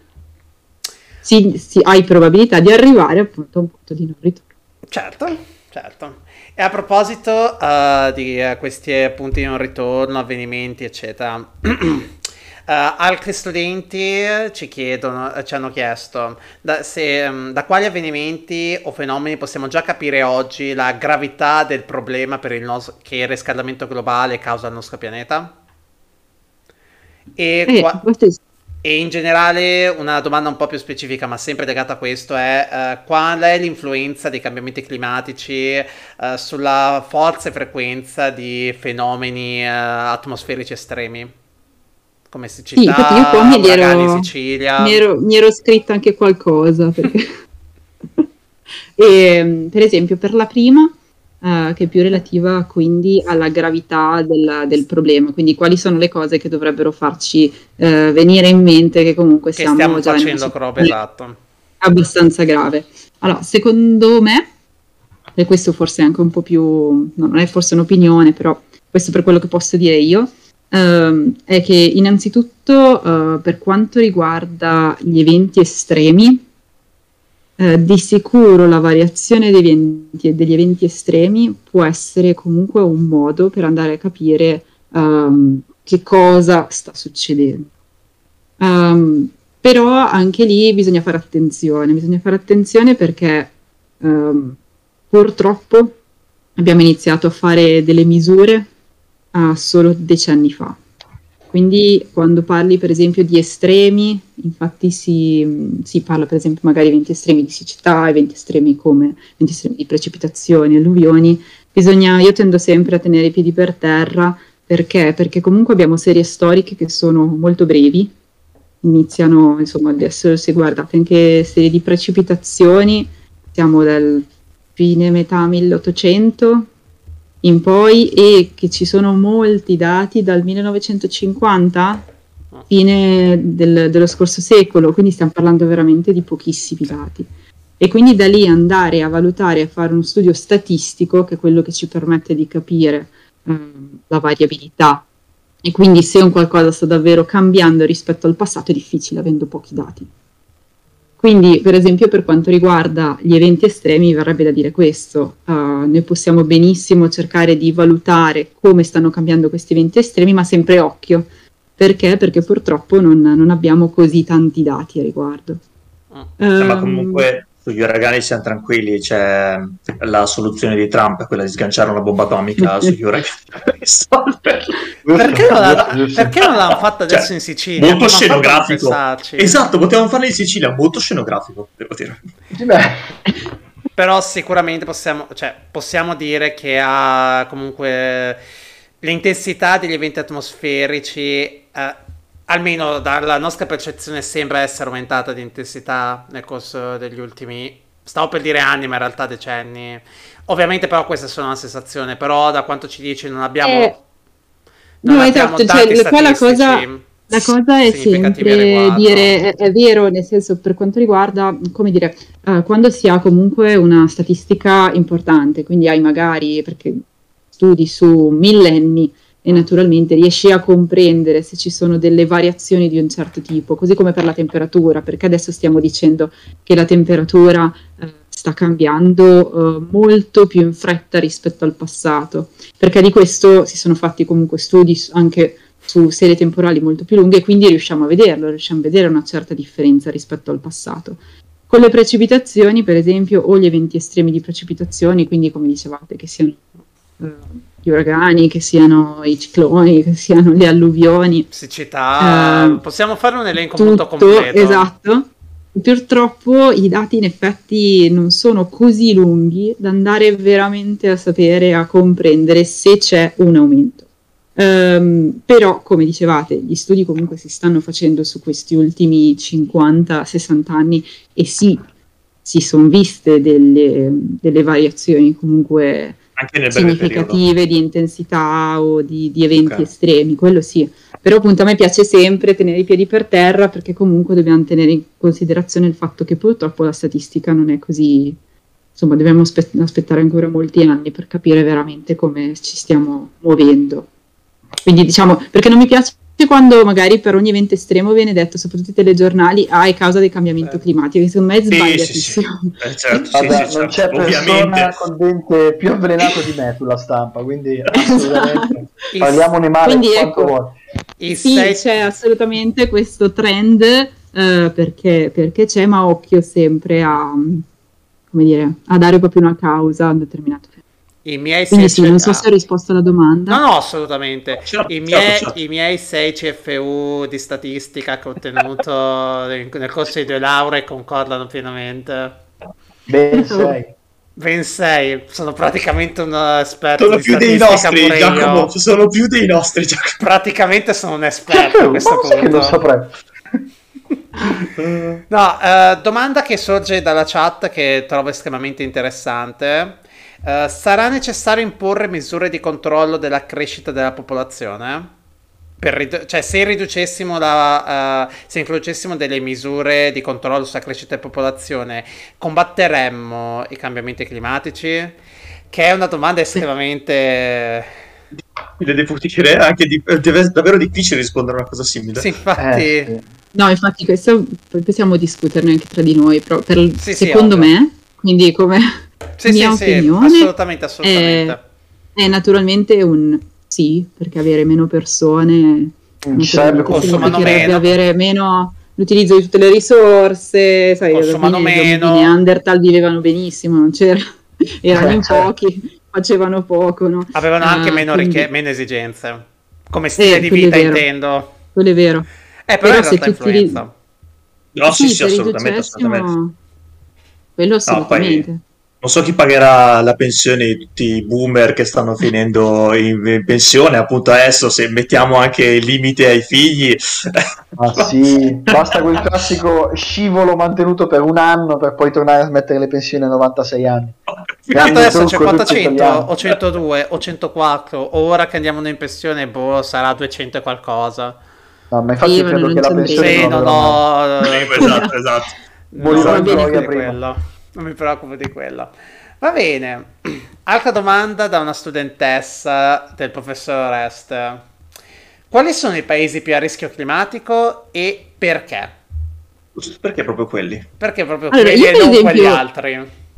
si, si- hai probabilità di arrivare appunto a un punto di non ritorno. Certo, certo. E a proposito eh, di eh, questi punti di non ritorno, avvenimenti, eccetera, eh, altri studenti ci chiedono, eh, ci hanno chiesto da, se, mm, da quali avvenimenti o fenomeni possiamo già capire oggi la gravità del problema per il nos- che il riscaldamento globale causa al nostro pianeta? E Eh, qua- questo è- E in generale una domanda un po' più specifica, ma sempre legata a questo, è eh, qual è l'influenza dei cambiamenti climatici eh, sulla forza e frequenza di fenomeni eh, atmosferici estremi? Come Sì, siccità, infatti io qua mi uragani in ero, Sicilia. mi ero, mi ero scritta anche qualcosa, perché e, per esempio per la prima, eh, che è più relativa quindi alla gravità del, del problema, quindi quali sono le cose che dovrebbero farci eh, venire in mente che comunque Che siamo stiamo già in una facendo roba, situazione esatto. abbastanza grave. Allora, secondo me, e questo forse è anche un po' più, no, non è forse un'opinione, però questo per quello che posso dire io, ehm, è che innanzitutto eh, per quanto riguarda gli eventi estremi, eh, di sicuro la variazione degli eventi, degli eventi estremi può essere comunque un modo per andare a capire um, che cosa sta succedendo. Um, però anche lì bisogna fare attenzione, bisogna fare attenzione perché um, purtroppo abbiamo iniziato a fare delle misure uh, solo decenni fa. Quindi quando parli per esempio di estremi, infatti si, si parla per esempio magari di eventi estremi di siccità, eventi estremi come eventi estremi di precipitazioni, alluvioni, bisogna, io tendo sempre a tenere i piedi per terra, perché? Perché comunque abbiamo serie storiche che sono molto brevi, iniziano, insomma, adesso se guardate anche serie di precipitazioni, siamo dal fine metà milleottocento in poi, e che ci sono molti dati dal millenovecentocinquanta, fine del, dello scorso secolo, quindi stiamo parlando veramente di pochissimi dati. E quindi da lì andare a valutare, a fare uno studio statistico, che è quello che ci permette di capire eh, la variabilità, e quindi se un qualcosa sta davvero cambiando rispetto al passato, è difficile avendo pochi dati. Quindi, per esempio, per quanto riguarda gli eventi estremi, verrebbe da dire questo. Uh, noi possiamo benissimo cercare di valutare come stanno cambiando questi eventi estremi, ma sempre occhio. Perché? Perché purtroppo non, non abbiamo così tanti dati a riguardo. Mm. Um, ma comunque sugli uragani siamo tranquilli, c'è la soluzione di Trump, quella di sganciare una bomba atomica sugli uragani. Perché non, la, perché non l'hanno fatta adesso cioè, in Sicilia? Molto scenografico. Esatto, potevamo farla in Sicilia, molto scenografico, devo dire. Però sicuramente possiamo, cioè, possiamo dire che ha comunque l'intensità degli eventi atmosferici, eh, almeno dalla nostra percezione, sembra essere aumentata di intensità nel corso degli ultimi, stavo per dire anni, ma in realtà decenni. Ovviamente però questa è solo una sensazione, però da quanto ci dici non abbiamo... Eh, non no, abbiamo esatto, cioè, qua la cosa, la cosa è sempre dire, è, è vero, nel senso, per quanto riguarda, come dire, uh, quando si ha comunque una statistica importante, quindi hai magari, perché studi su millenni, e naturalmente riesci a comprendere se ci sono delle variazioni di un certo tipo, così come per la temperatura, perché adesso stiamo dicendo che la temperatura eh, sta cambiando eh, molto più in fretta rispetto al passato, perché di questo si sono fatti comunque studi anche su serie temporali molto più lunghe, quindi riusciamo a vederlo, riusciamo a vedere una certa differenza rispetto al passato. Con le precipitazioni, per esempio, o gli eventi estremi di precipitazioni, quindi come dicevate, che siano eh, gli uragani, che siano i cicloni, che siano le alluvioni, siccità, eh, possiamo fare un elenco tutto, molto completo. Esatto. Purtroppo i dati in effetti non sono così lunghi da andare veramente a sapere, a comprendere se c'è un aumento. Um, però, come dicevate, gli studi comunque si stanno facendo su questi ultimi cinquanta sessanta anni, e sì, si sono viste delle, delle variazioni comunque significative di intensità o di, di eventi okay. estremi, quello sì. Però appunto a me piace sempre tenere i piedi per terra, perché comunque dobbiamo tenere in considerazione il fatto che purtroppo la statistica non è così, insomma dobbiamo aspe- aspettare ancora molti anni per capire veramente come ci stiamo muovendo. Quindi diciamo, perché non mi piace quando magari per ogni evento estremo viene detto, soprattutto ai telegiornali, ah, è causa del cambiamento eh. climatico, che secondo me è sbagliatissimo. Sì, sì, sì. Eh, certo, Vabbè, sì, sì, non certo. c'è persona Ovviamente. con dente più avvelenato di me sulla stampa, quindi assolutamente parliamone male quindi, quanto ecco, vuoi. Sì, sei... c'è assolutamente questo trend, eh, perché, perché c'è, ma occhio sempre a, come dire, a dare proprio una causa a un determinato fenomeno. I miei Quindi sì, non so se ho risposto alla domanda. No, no, assolutamente. I miei, i miei sei C F U di statistica che ho ottenuto nel corso di due lauree concordano pienamente. Ben sei. Ben sei. Sono praticamente un esperto sono di più dei nostri, Giacomo. Sono più dei nostri, Giacomo. Praticamente sono un esperto a questo punto. Che lo saprei. No, eh, domanda che sorge dalla chat che trovo estremamente interessante. Uh, sarà necessario imporre misure di controllo della crescita della popolazione? Per ridu- cioè, se riducessimo la, uh, se introducessimo delle misure di controllo sulla crescita della popolazione, combatteremmo i cambiamenti climatici? Che è una domanda estremamente difficile, anche di- deve davvero difficile rispondere a una cosa simile. Sì, infatti. Eh, sì. No, infatti, questo possiamo discuterne anche tra di noi, però per, sì, secondo sì, me, quindi come. Sì, mia sì, opinione sì, assolutamente, assolutamente. È, è naturalmente un sì, perché avere meno persone consumano meno, avere meno l'utilizzo di tutte le risorse, sai, consumano meno. I Neanderthal vivevano benissimo, non c'era, erano in pochi, facevano poco, no? Avevano anche ah, meno, quindi... ricche- meno esigenze, come stile eh, di vita intendo. Quello è vero. Eh, però, però in realtà influenza. No, sì, sì, sì, assolutamente, assolutamente. Quello assolutamente. No, poi, non so chi pagherà la pensione di tutti i boomer che stanno finendo in, in pensione, appunto adesso se mettiamo anche il limite ai figli. Ah sì, basta quel classico scivolo mantenuto per un anno per poi tornare a smettere le pensioni a novantasei anni. Tanto adesso c'è quattrocento o centodue o centoquattro, ora che andiamo in pensione boh, sarà duecento e qualcosa. No, ma infatti sì, credo che la pensione sì, non no, no, esatto, esatto. Non mi preoccupo di quello. Non mi preoccupo di quello. Va bene. Altra domanda da una studentessa del professor Orest. Quali sono i paesi più a rischio climatico e perché? Perché proprio quelli? Perché proprio allora, quelli e non esempio... quelli altri?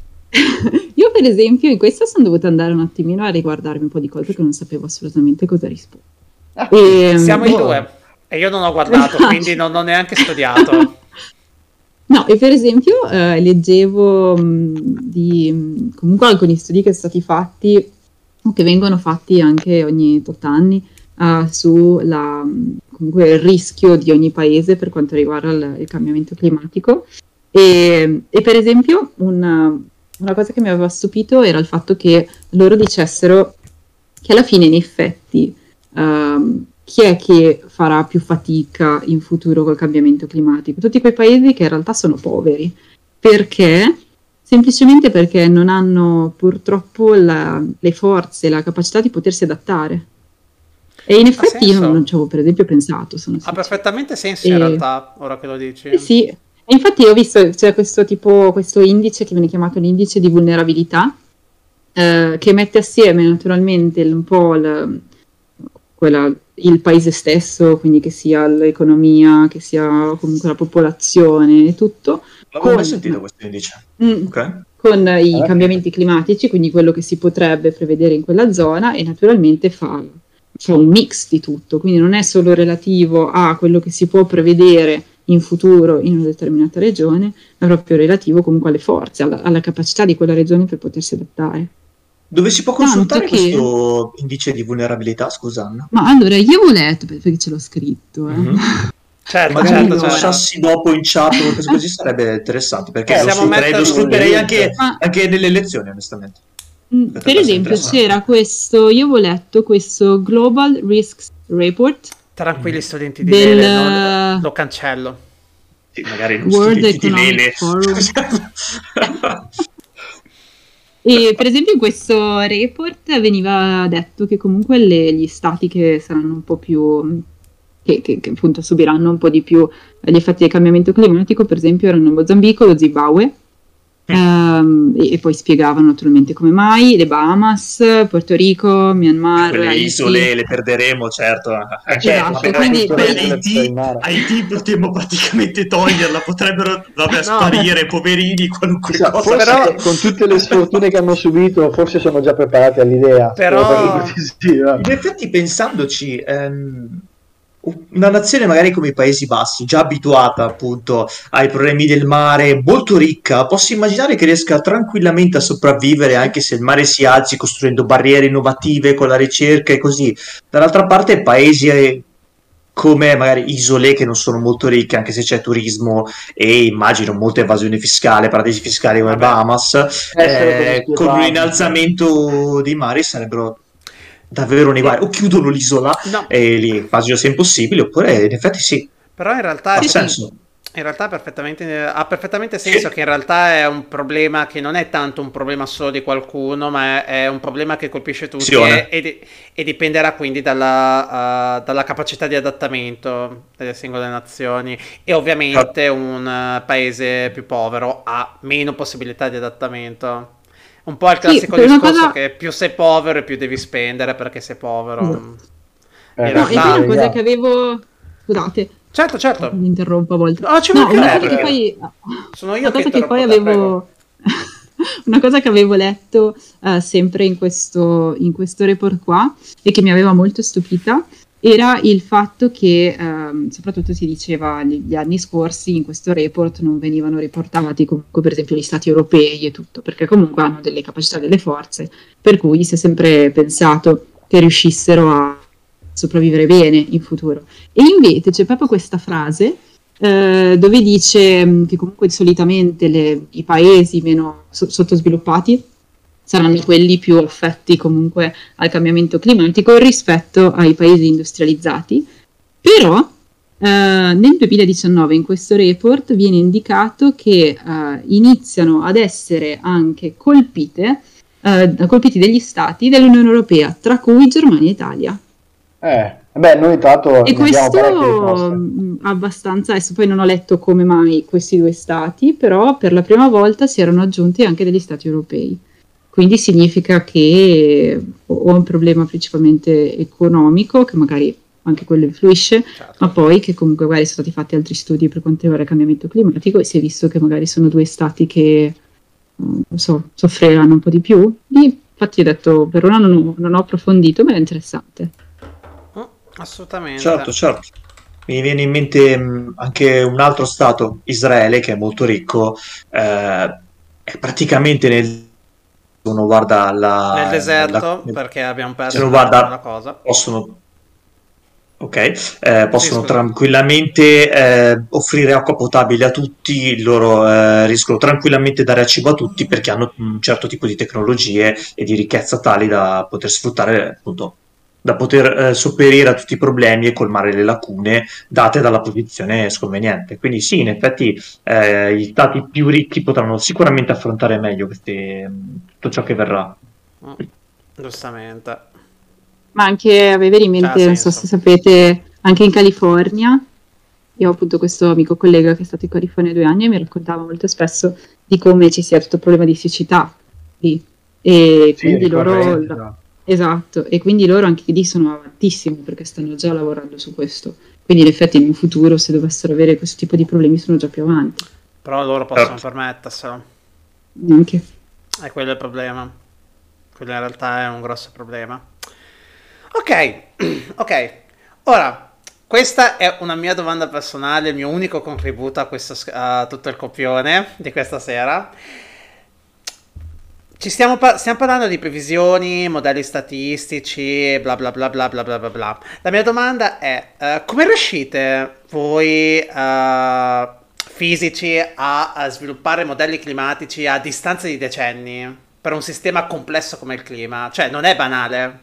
Io per esempio in questo sono dovuta andare un attimino a riguardarmi un po' di cose che non sapevo assolutamente cosa rispondere. Ah, e... Siamo in due e io non ho guardato, quindi non ho neanche studiato. No, e per esempio eh, leggevo mh, di mh, comunque alcuni studi che sono stati fatti o che vengono fatti anche ogni tot anni uh, su la, comunque il rischio di ogni paese per quanto riguarda il, il cambiamento climatico e, e per esempio una, una cosa che mi aveva stupito era il fatto che loro dicessero che alla fine in effetti uh, chi è che farà più fatica in futuro col cambiamento climatico? Tutti quei paesi che in realtà sono poveri. Perché? Semplicemente perché non hanno purtroppo la, le forze, la capacità di potersi adattare. E in effetti io non ci avevo per esempio pensato. Sono ha perfettamente senso in e... realtà, ora che lo dici. Eh sì, e infatti ho visto c'è questo tipo, questo indice che viene chiamato l'indice di vulnerabilità, eh, che mette assieme naturalmente un po' il, quella... il paese stesso, quindi che sia l'economia, che sia comunque la popolazione e tutto. Non avevo mai sentito questo indice. Mm, okay. Con i ah, cambiamenti climatici, quindi quello che si potrebbe prevedere in quella zona e naturalmente fa, fa un mix di tutto, quindi non è solo relativo a quello che si può prevedere in futuro in una determinata regione, ma proprio relativo comunque alle forze, alla, alla capacità di quella regione per potersi adattare. Dove si può consultare che... questo indice di vulnerabilità, scusa Anna? Ma allora, io avevo letto, perché ce l'ho scritto, eh. Mm-hmm. Certo, magari certo, lo lasciassi certo. dopo in chat o cose così sarebbe interessante, perché eh, lo sfrutterei, lo sfrutterei anche, Ma... anche nelle lezioni, onestamente. Mm, per esempio, c'era questo, io avevo letto questo Global Risks Report. Tranquilli studenti di del... Lele, no? Lo cancello. Sì, magari non World studenti Economic di Lele. Forum. E per esempio in questo report veniva detto che comunque le, gli stati che saranno un po' più che, che, che appunto subiranno un po' di più gli effetti del cambiamento climatico, per esempio erano Mozambico, lo Zimbabwe, mm. um, e, e poi spiegavano naturalmente come mai, le Bahamas, Porto Rico, Myanmar, quelle Haiti. isole le perderemo, certo. Esatto, vabbè, quindi Haiti, Haiti potremmo praticamente toglierla, potrebbero vabbè, no. sparire, poverini, qualunque sì, cosa. Però con tutte le sfortune che hanno subito, forse sono già preparati all'idea. Però sì, in effetti pensandoci, ehm, una nazione magari come i Paesi Bassi, già abituata appunto ai problemi del mare, molto ricca, posso immaginare che riesca tranquillamente a sopravvivere anche se il mare si alzi, costruendo barriere innovative con la ricerca e così. Dall'altra parte paesi come magari isole che non sono molto ricche, anche se c'è turismo e immagino molta evasione fiscale, paradisi fiscali come Bahamas, eh, con un innalzamento dei mari sarebbero davvero nei guai, o chiudono l'isola no. e lì immagino sia impossibile, oppure in effetti sì. Però in realtà ha sì, senso. In realtà perfettamente, ha perfettamente senso che in realtà è un problema che non è tanto un problema solo di qualcuno, ma è un problema che colpisce tutti e, e, e dipenderà quindi dalla, uh, dalla capacità di adattamento delle singole nazioni. E ovviamente un uh, paese più povero ha meno possibilità di adattamento. Un po' il classico sì, discorso cosa... che più sei povero e più devi spendere perché sei povero. No, in realtà... no, è una cosa che avevo... Scusate. Certo, certo. Mi interrompo a volte. No, ci no, una cosa che poi... Sono io una che cosa che poi avevo... una cosa che avevo letto uh, sempre in questo, in questo report qua e che mi aveva molto stupita era il fatto che, um, soprattutto si diceva negli anni scorsi, in questo report non venivano riportati comunque per esempio gli stati europei e tutto, perché comunque hanno delle capacità, delle forze, per cui si è sempre pensato che riuscissero a sopravvivere bene in futuro. E invece c'è proprio questa frase eh, dove dice mh, che comunque solitamente le, i paesi meno so- sottosviluppati saranno quelli più affetti comunque al cambiamento climatico rispetto ai paesi industrializzati, però eh, nel duemiladiciannove in questo report viene indicato che eh, iniziano ad essere anche colpite, eh, colpiti degli stati dell'Unione Europea, tra cui Germania e Italia. Eh, beh, noi tanto E questo mh, abbastanza, adesso poi non ho letto come mai questi due stati, però per la prima volta si erano aggiunti anche degli stati europei. Quindi significa che ho un problema principalmente economico, che magari anche quello influisce, certo. Ma poi che comunque magari sono stati fatti altri studi per quanto riguarda il cambiamento climatico e si è visto che magari sono due stati che, non so, soffriranno un po' di più. E infatti ho detto, per ora non ho, non ho approfondito, ma è interessante. Oh, assolutamente. Certo, certo. Mi viene in mente mh, anche un altro stato, Israele, che è molto ricco, eh, è praticamente nel... uno guarda la, nel deserto la, perché abbiamo perso se uno guarda, una cosa possono ok eh, possono sì, tranquillamente eh, offrire acqua potabile a tutti, loro eh, riescono tranquillamente a dare cibo a tutti perché hanno un certo tipo di tecnologie e di ricchezza tali da poter sfruttare, appunto, da poter eh, sopperire a tutti i problemi e colmare le lacune date dalla posizione sconveniente. Quindi sì, in effetti eh, gli stati più ricchi potranno sicuramente affrontare meglio queste, tutto ciò che verrà. Mm, giustamente. Ma anche avere in mente, C'ha non so senso. se sapete, anche in California, io ho appunto questo amico collega che è stato in California due anni e mi raccontava molto spesso di come ci sia tutto il problema di siccità lì. E Sì, quindi loro... ricorrente, Esatto, e quindi loro anche lì sono avantissimi perché stanno già lavorando su questo. Quindi in effetti in un futuro, se dovessero avere questo tipo di problemi, sono già più avanti. Però loro possono Certo. permetterselo. Neanche. E quello è il problema. Quello in realtà è un grosso problema. Ok, ok. Ora, questa è una mia domanda personale, il mio unico contributo a, questo, a tutto il copione di questa sera. Ci stiamo, par- stiamo parlando di previsioni, modelli statistici, bla bla bla bla bla bla bla bla. La mia domanda è, uh, come riuscite voi uh, fisici a, a sviluppare modelli climatici a distanza di decenni per un sistema complesso come il clima? Cioè, non è banale.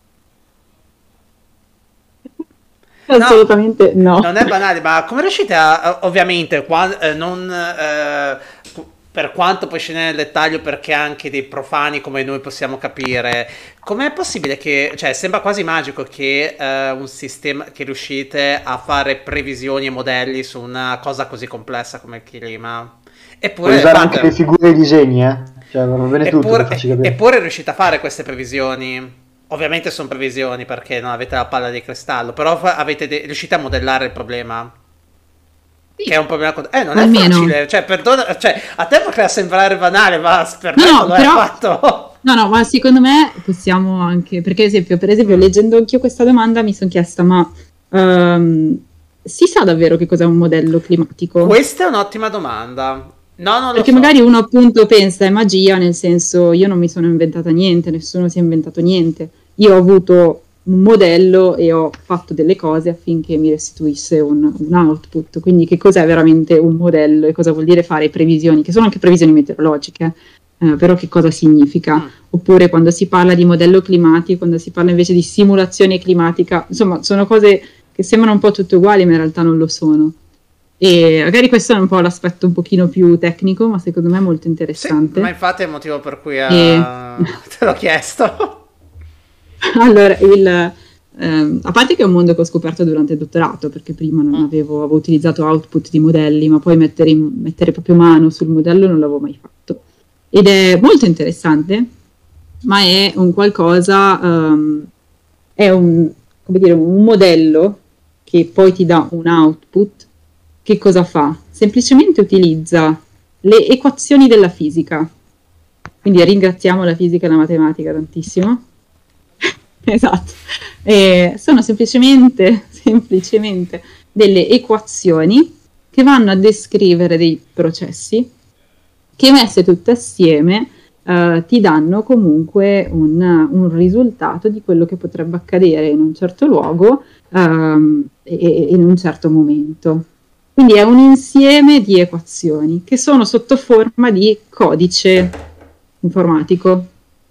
Assolutamente no. Non è banale, ma come riuscite a, ovviamente, qua, eh, non... Eh, per quanto poi scendere nel dettaglio, perché anche dei profani come noi possiamo capire, com'è possibile che, cioè sembra quasi magico che eh, un sistema, che riuscite a fare previsioni e modelli su una cosa così complessa come il clima, eppure puoi usare fate, anche le figure e i disegni, eh? Cioè va bene tutto, eppure, per farci capire. eppure riuscite a fare queste previsioni. Ovviamente sono previsioni perché non avete la palla di cristallo, però fa- avete de- riuscite a modellare il problema. Che è un problema. Con... Eh, non è Almeno. facile. Cioè, perdona, cioè, a te potrebbe sembrare banale, ma per No, me no, non lo però- è fatto. No, no, ma secondo me possiamo anche, perché ad esempio, per esempio, leggendo anch'io questa domanda mi sono chiesta, ma ehm, si sa davvero che cos'è un modello climatico? Questa è un'ottima domanda. No, non lo Perché so. magari uno appunto pensa è magia, nel senso io non mi sono inventata niente, nessuno si è inventato niente. Io ho avuto un modello e ho fatto delle cose affinché mi restituisse un, un output. Quindi che cos'è veramente un modello e cosa vuol dire fare previsioni, che sono anche previsioni meteorologiche, eh, però che cosa significa? Mm. Oppure quando si parla di modello climatico, quando si parla invece di simulazione climatica, insomma sono cose che sembrano un po' tutte uguali ma in realtà non lo sono. E magari questo è un po' l'aspetto un pochino più tecnico, ma secondo me è molto Sì, interessante. ma infatti è il motivo per cui eh, E- te l'ho chiesto. Allora, il, ehm, a parte che è un mondo che ho scoperto durante il dottorato, perché prima non avevo, avevo utilizzato output di modelli, ma poi mettere, in- mettere proprio mano sul modello non l'avevo mai fatto. Ed è molto interessante, ma è un qualcosa, ehm, è un, come dire, un modello che poi ti dà un output. Che cosa fa? Semplicemente utilizza le equazioni della fisica quindi ringraziamo la fisica e la matematica tantissimo. Esatto, e sono semplicemente, semplicemente delle equazioni che vanno a descrivere dei processi che messe tutte assieme uh, ti danno comunque un, un risultato di quello che potrebbe accadere in un certo luogo um, e, e in un certo momento. Quindi è un insieme di equazioni che sono sotto forma di codice informatico.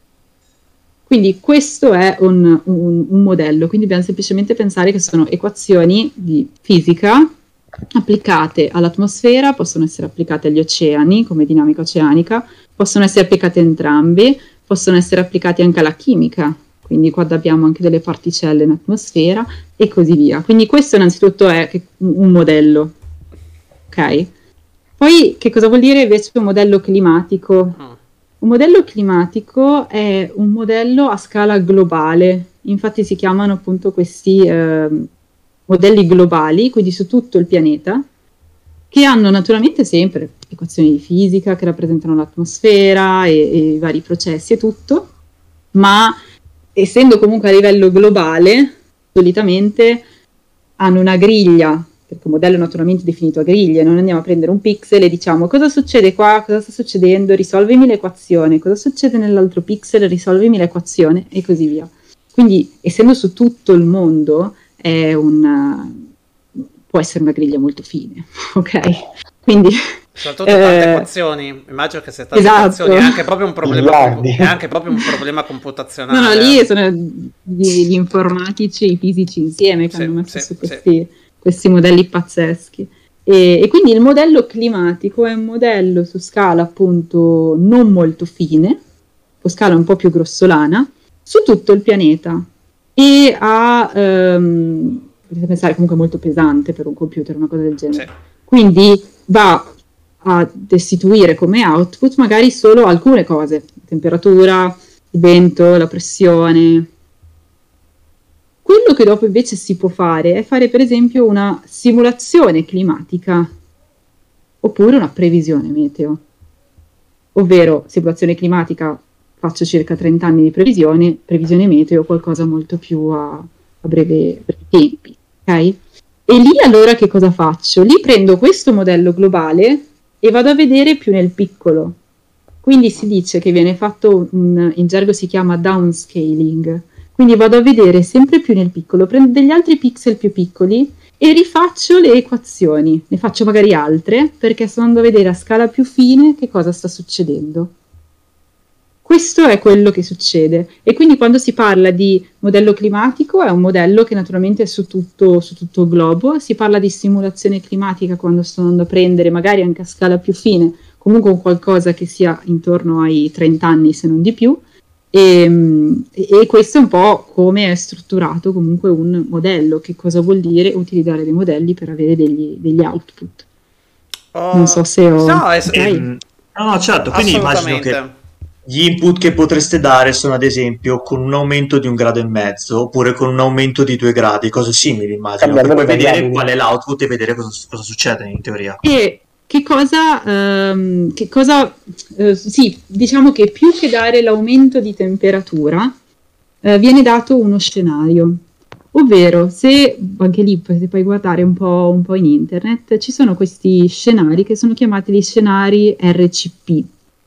Quindi questo è un, un, un modello, quindi dobbiamo semplicemente pensare che sono equazioni di fisica applicate all'atmosfera, possono essere applicate agli oceani come dinamica oceanica, possono essere applicate entrambi, possono essere applicate anche alla chimica, quindi quando abbiamo anche delle particelle in atmosfera e così via. Quindi questo innanzitutto è un modello, ok? Poi che cosa vuol dire invece un modello climatico? Un modello climatico è un modello a scala globale, infatti si chiamano appunto questi eh, modelli globali, quindi su tutto il pianeta, che hanno naturalmente sempre equazioni di fisica che rappresentano l'atmosfera e, e i vari processi e tutto, ma essendo comunque a livello globale, solitamente hanno una griglia, perché un modello è naturalmente definito a griglie, non andiamo a prendere un pixel e diciamo cosa succede qua, cosa sta succedendo, risolvimi l'equazione, cosa succede nell'altro pixel, risolvimi l'equazione e così via. Quindi essendo su tutto il mondo è una, può essere una griglia molto fine, ok? Quindi soprattutto tante eh, equazioni, immagino che sia tante esatto. equazioni, è anche proprio un problema, è anche proprio un problema computazionale. No, no, lì sono gli, gli informatici e i fisici insieme che sì, hanno messo sì, su questi, sì. questi modelli pazzeschi. E, e quindi il modello climatico è un modello su scala appunto non molto fine, su scala un po' più grossolana, su tutto il pianeta. E ha, um, potete pensare comunque molto pesante per un computer, una cosa del genere. Sì. Quindi va a restituire come output magari solo alcune cose, la temperatura, il vento, la pressione. Quello che dopo invece si può fare è fare per esempio una simulazione climatica oppure una previsione meteo, ovvero simulazione climatica faccio circa trenta anni di previsione, previsione meteo qualcosa molto più a, a breve, brevi tempi, ok? E lì allora che cosa faccio? Lì prendo questo modello globale e vado a vedere più nel piccolo. Quindi si dice che viene fatto, un, in gergo si chiama downscaling, quindi vado a vedere sempre più nel piccolo, prendo degli altri pixel più piccoli e rifaccio le equazioni, ne faccio magari altre perché sto andando a vedere a scala più fine che cosa sta succedendo. Questo è quello che succede e quindi quando si parla di modello climatico è un modello che naturalmente è su tutto, su tutto il globo, si parla di simulazione climatica quando sto andando a prendere magari anche a scala più fine, comunque un qualcosa che sia intorno ai trenta anni se non di più e, e questo è un po' come è strutturato comunque un modello, che cosa vuol dire utilizzare dei modelli per avere degli, degli output. Oh, non so se ho... No, è, okay. no, no certo, quindi immagino che gli input che potreste dare sono ad esempio con un aumento di un grado e mezzo oppure con un aumento di due gradi, cose simili immagino, per poi vedere qual è l'output e vedere cosa, cosa succede in teoria. E che cosa, ehm, che cosa eh, sì, diciamo che più che dare l'aumento di temperatura eh, viene dato uno scenario, ovvero se, anche lì potete poi guardare un po', un po' in internet, ci sono questi scenari che sono chiamati gli scenari R C P.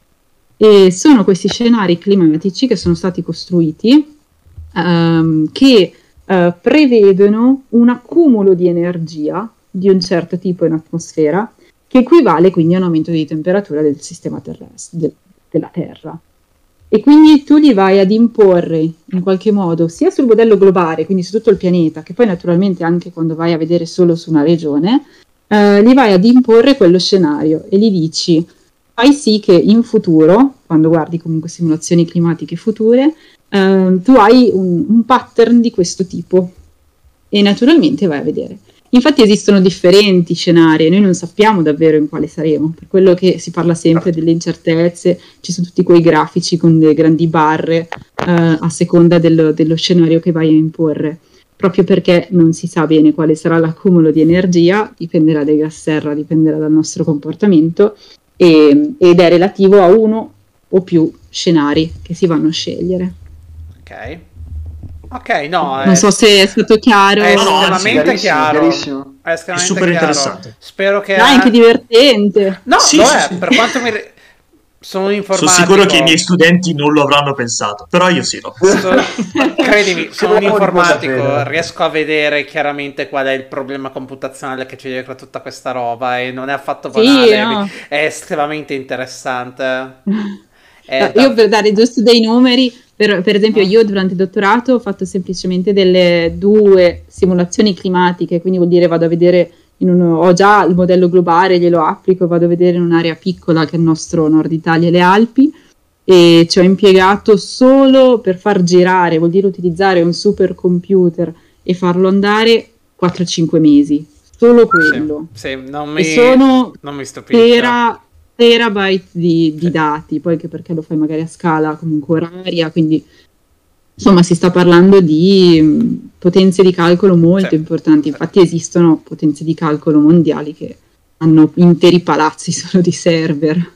E sono questi scenari climatici che sono stati costruiti um, che uh, prevedono un accumulo di energia di un certo tipo in atmosfera che equivale quindi a un aumento di temperatura del sistema terrestre, de- della Terra. E quindi tu li vai ad imporre in qualche modo sia sul modello globale, quindi su tutto il pianeta, che poi naturalmente anche quando vai a vedere solo su una regione, uh, li vai ad imporre quello scenario e gli dici fai sì che in futuro, quando guardi comunque simulazioni climatiche future, eh, tu hai un, un pattern di questo tipo e naturalmente vai a vedere. Infatti esistono differenti scenari e noi non sappiamo davvero in quale saremo, per quello che si parla sempre delle incertezze, ci sono tutti quei grafici con le grandi barre eh, a seconda dello, dello scenario che vai a imporre, proprio perché non si sa bene quale sarà l'accumulo di energia, dipenderà dai gas serra, dipenderà dal nostro comportamento, ed è relativo a uno o più scenari che si vanno a scegliere. Ok. Ok, no. Non è... so se è stato chiaro. È estremamente chiaro. Chiarissimo. È, estremamente è super chiaro. interessante. Spero che. È anche divertente. No, sì, lo sì, è. sì. Per quanto mi. Sono un informatico. Sono sicuro che i miei studenti non lo avranno pensato, però io sì lo so, credimi, sono un informatico, riesco a vedere chiaramente qual è il problema computazionale che c'è dietro tutta questa roba e non è affatto banale, sì, no. È estremamente interessante. È io da... per dare giusto dei numeri, per, per esempio io durante il dottorato ho fatto semplicemente delle due simulazioni climatiche, quindi vuol dire vado a vedere in uno, ho già il modello globale, glielo applico, vado a vedere in un'area piccola che è il nostro Nord Italia e le Alpi, e ci ho impiegato solo per far girare, vuol dire utilizzare un supercomputer e farlo andare quattro cinque mesi, solo quello. Sì, sì, non mi, e sono non mi stupisce. Tera, terabyte di, di sì. dati, poi anche perché lo fai magari a scala comunque oraria, quindi insomma si sta parlando di mh, potenze di calcolo molto sì. importanti, infatti esistono potenze di calcolo mondiali che hanno interi palazzi solo di server.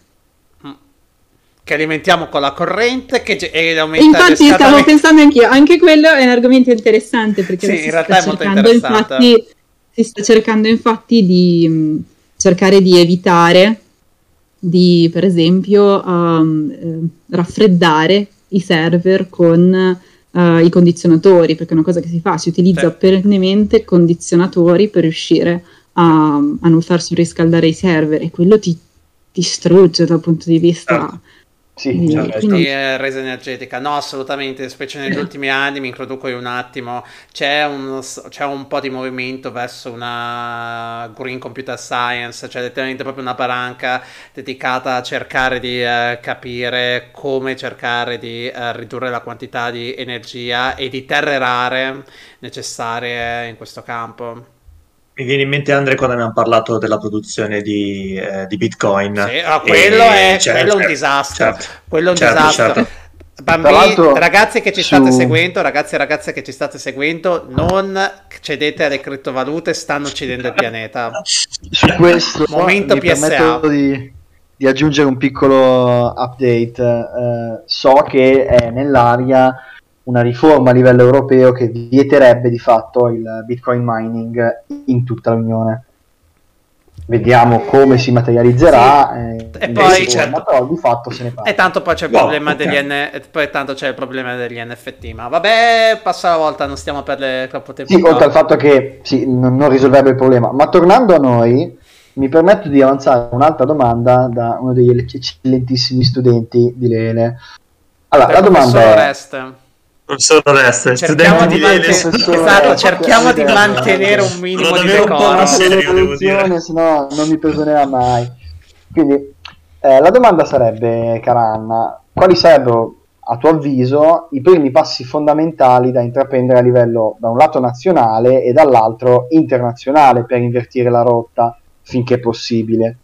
Che alimentiamo con la corrente, che e aumenta infatti stavo pensando anch'io, anche quello è un argomento interessante, perché sì, in realtà è molto cercando, infatti, si sta cercando infatti di mh, cercare di evitare di, per esempio, um, eh, raffreddare i server con Uh, i condizionatori, perché è una cosa che si fa, si utilizza sì. perennemente condizionatori per riuscire a, a non far surriscaldare i server, e quello ti distrugge dal punto di vista oh. sì, di, certo. quindi... di eh, resa energetica. No, assolutamente, specie negli ultimi anni, mi introduco io un attimo, c'è un, c'è un po' di movimento verso una green computer science, cioè letteralmente proprio una branca dedicata a cercare di eh, capire come cercare di eh, ridurre la quantità di energia e di terre rare necessarie in questo campo. Mi viene in mente, Andre, quando abbiamo parlato della produzione di, eh, di Bitcoin. Sì, oh, quello, è, certo, quello è un disastro. Certo, quello è un certo, disastro. Certo. Bambini, ragazzi che ci su... state seguendo, ragazzi e ragazze che ci state seguendo, non cedete alle criptovalute, stanno uccidendo il pianeta. Su questo momento mi P S A. permetto di, di aggiungere un piccolo update. Eh, so che è nell'aria una riforma a livello europeo che vieterebbe di fatto il Bitcoin mining in tutta l'Unione. Vediamo come si materializzerà, sì. eh, e poi certo. però di fatto se ne parla. E tanto poi c'è il wow, problema okay. degli N... poi tanto c'è il problema degli N F T, ma vabbè, passa la volta, non stiamo per le troppo tempo. Sì, oltre al fatto che sì, non, non risolverebbe il problema, ma tornando a noi, mi permetto di avanzare un'altra domanda da uno degli eccellentissimi studenti di Lele. Allora, per la domanda è Rest. Professor Oreste, cerchiamo di di, manten- esatto, cerchiamo di mantenere un minimo di decoro, se no non mi perdonerà mai. Quindi eh, la domanda sarebbe, cara Anna, quali sarebbero a tuo avviso i primi passi fondamentali da intraprendere a livello da un lato nazionale e dall'altro internazionale per invertire la rotta finché possibile?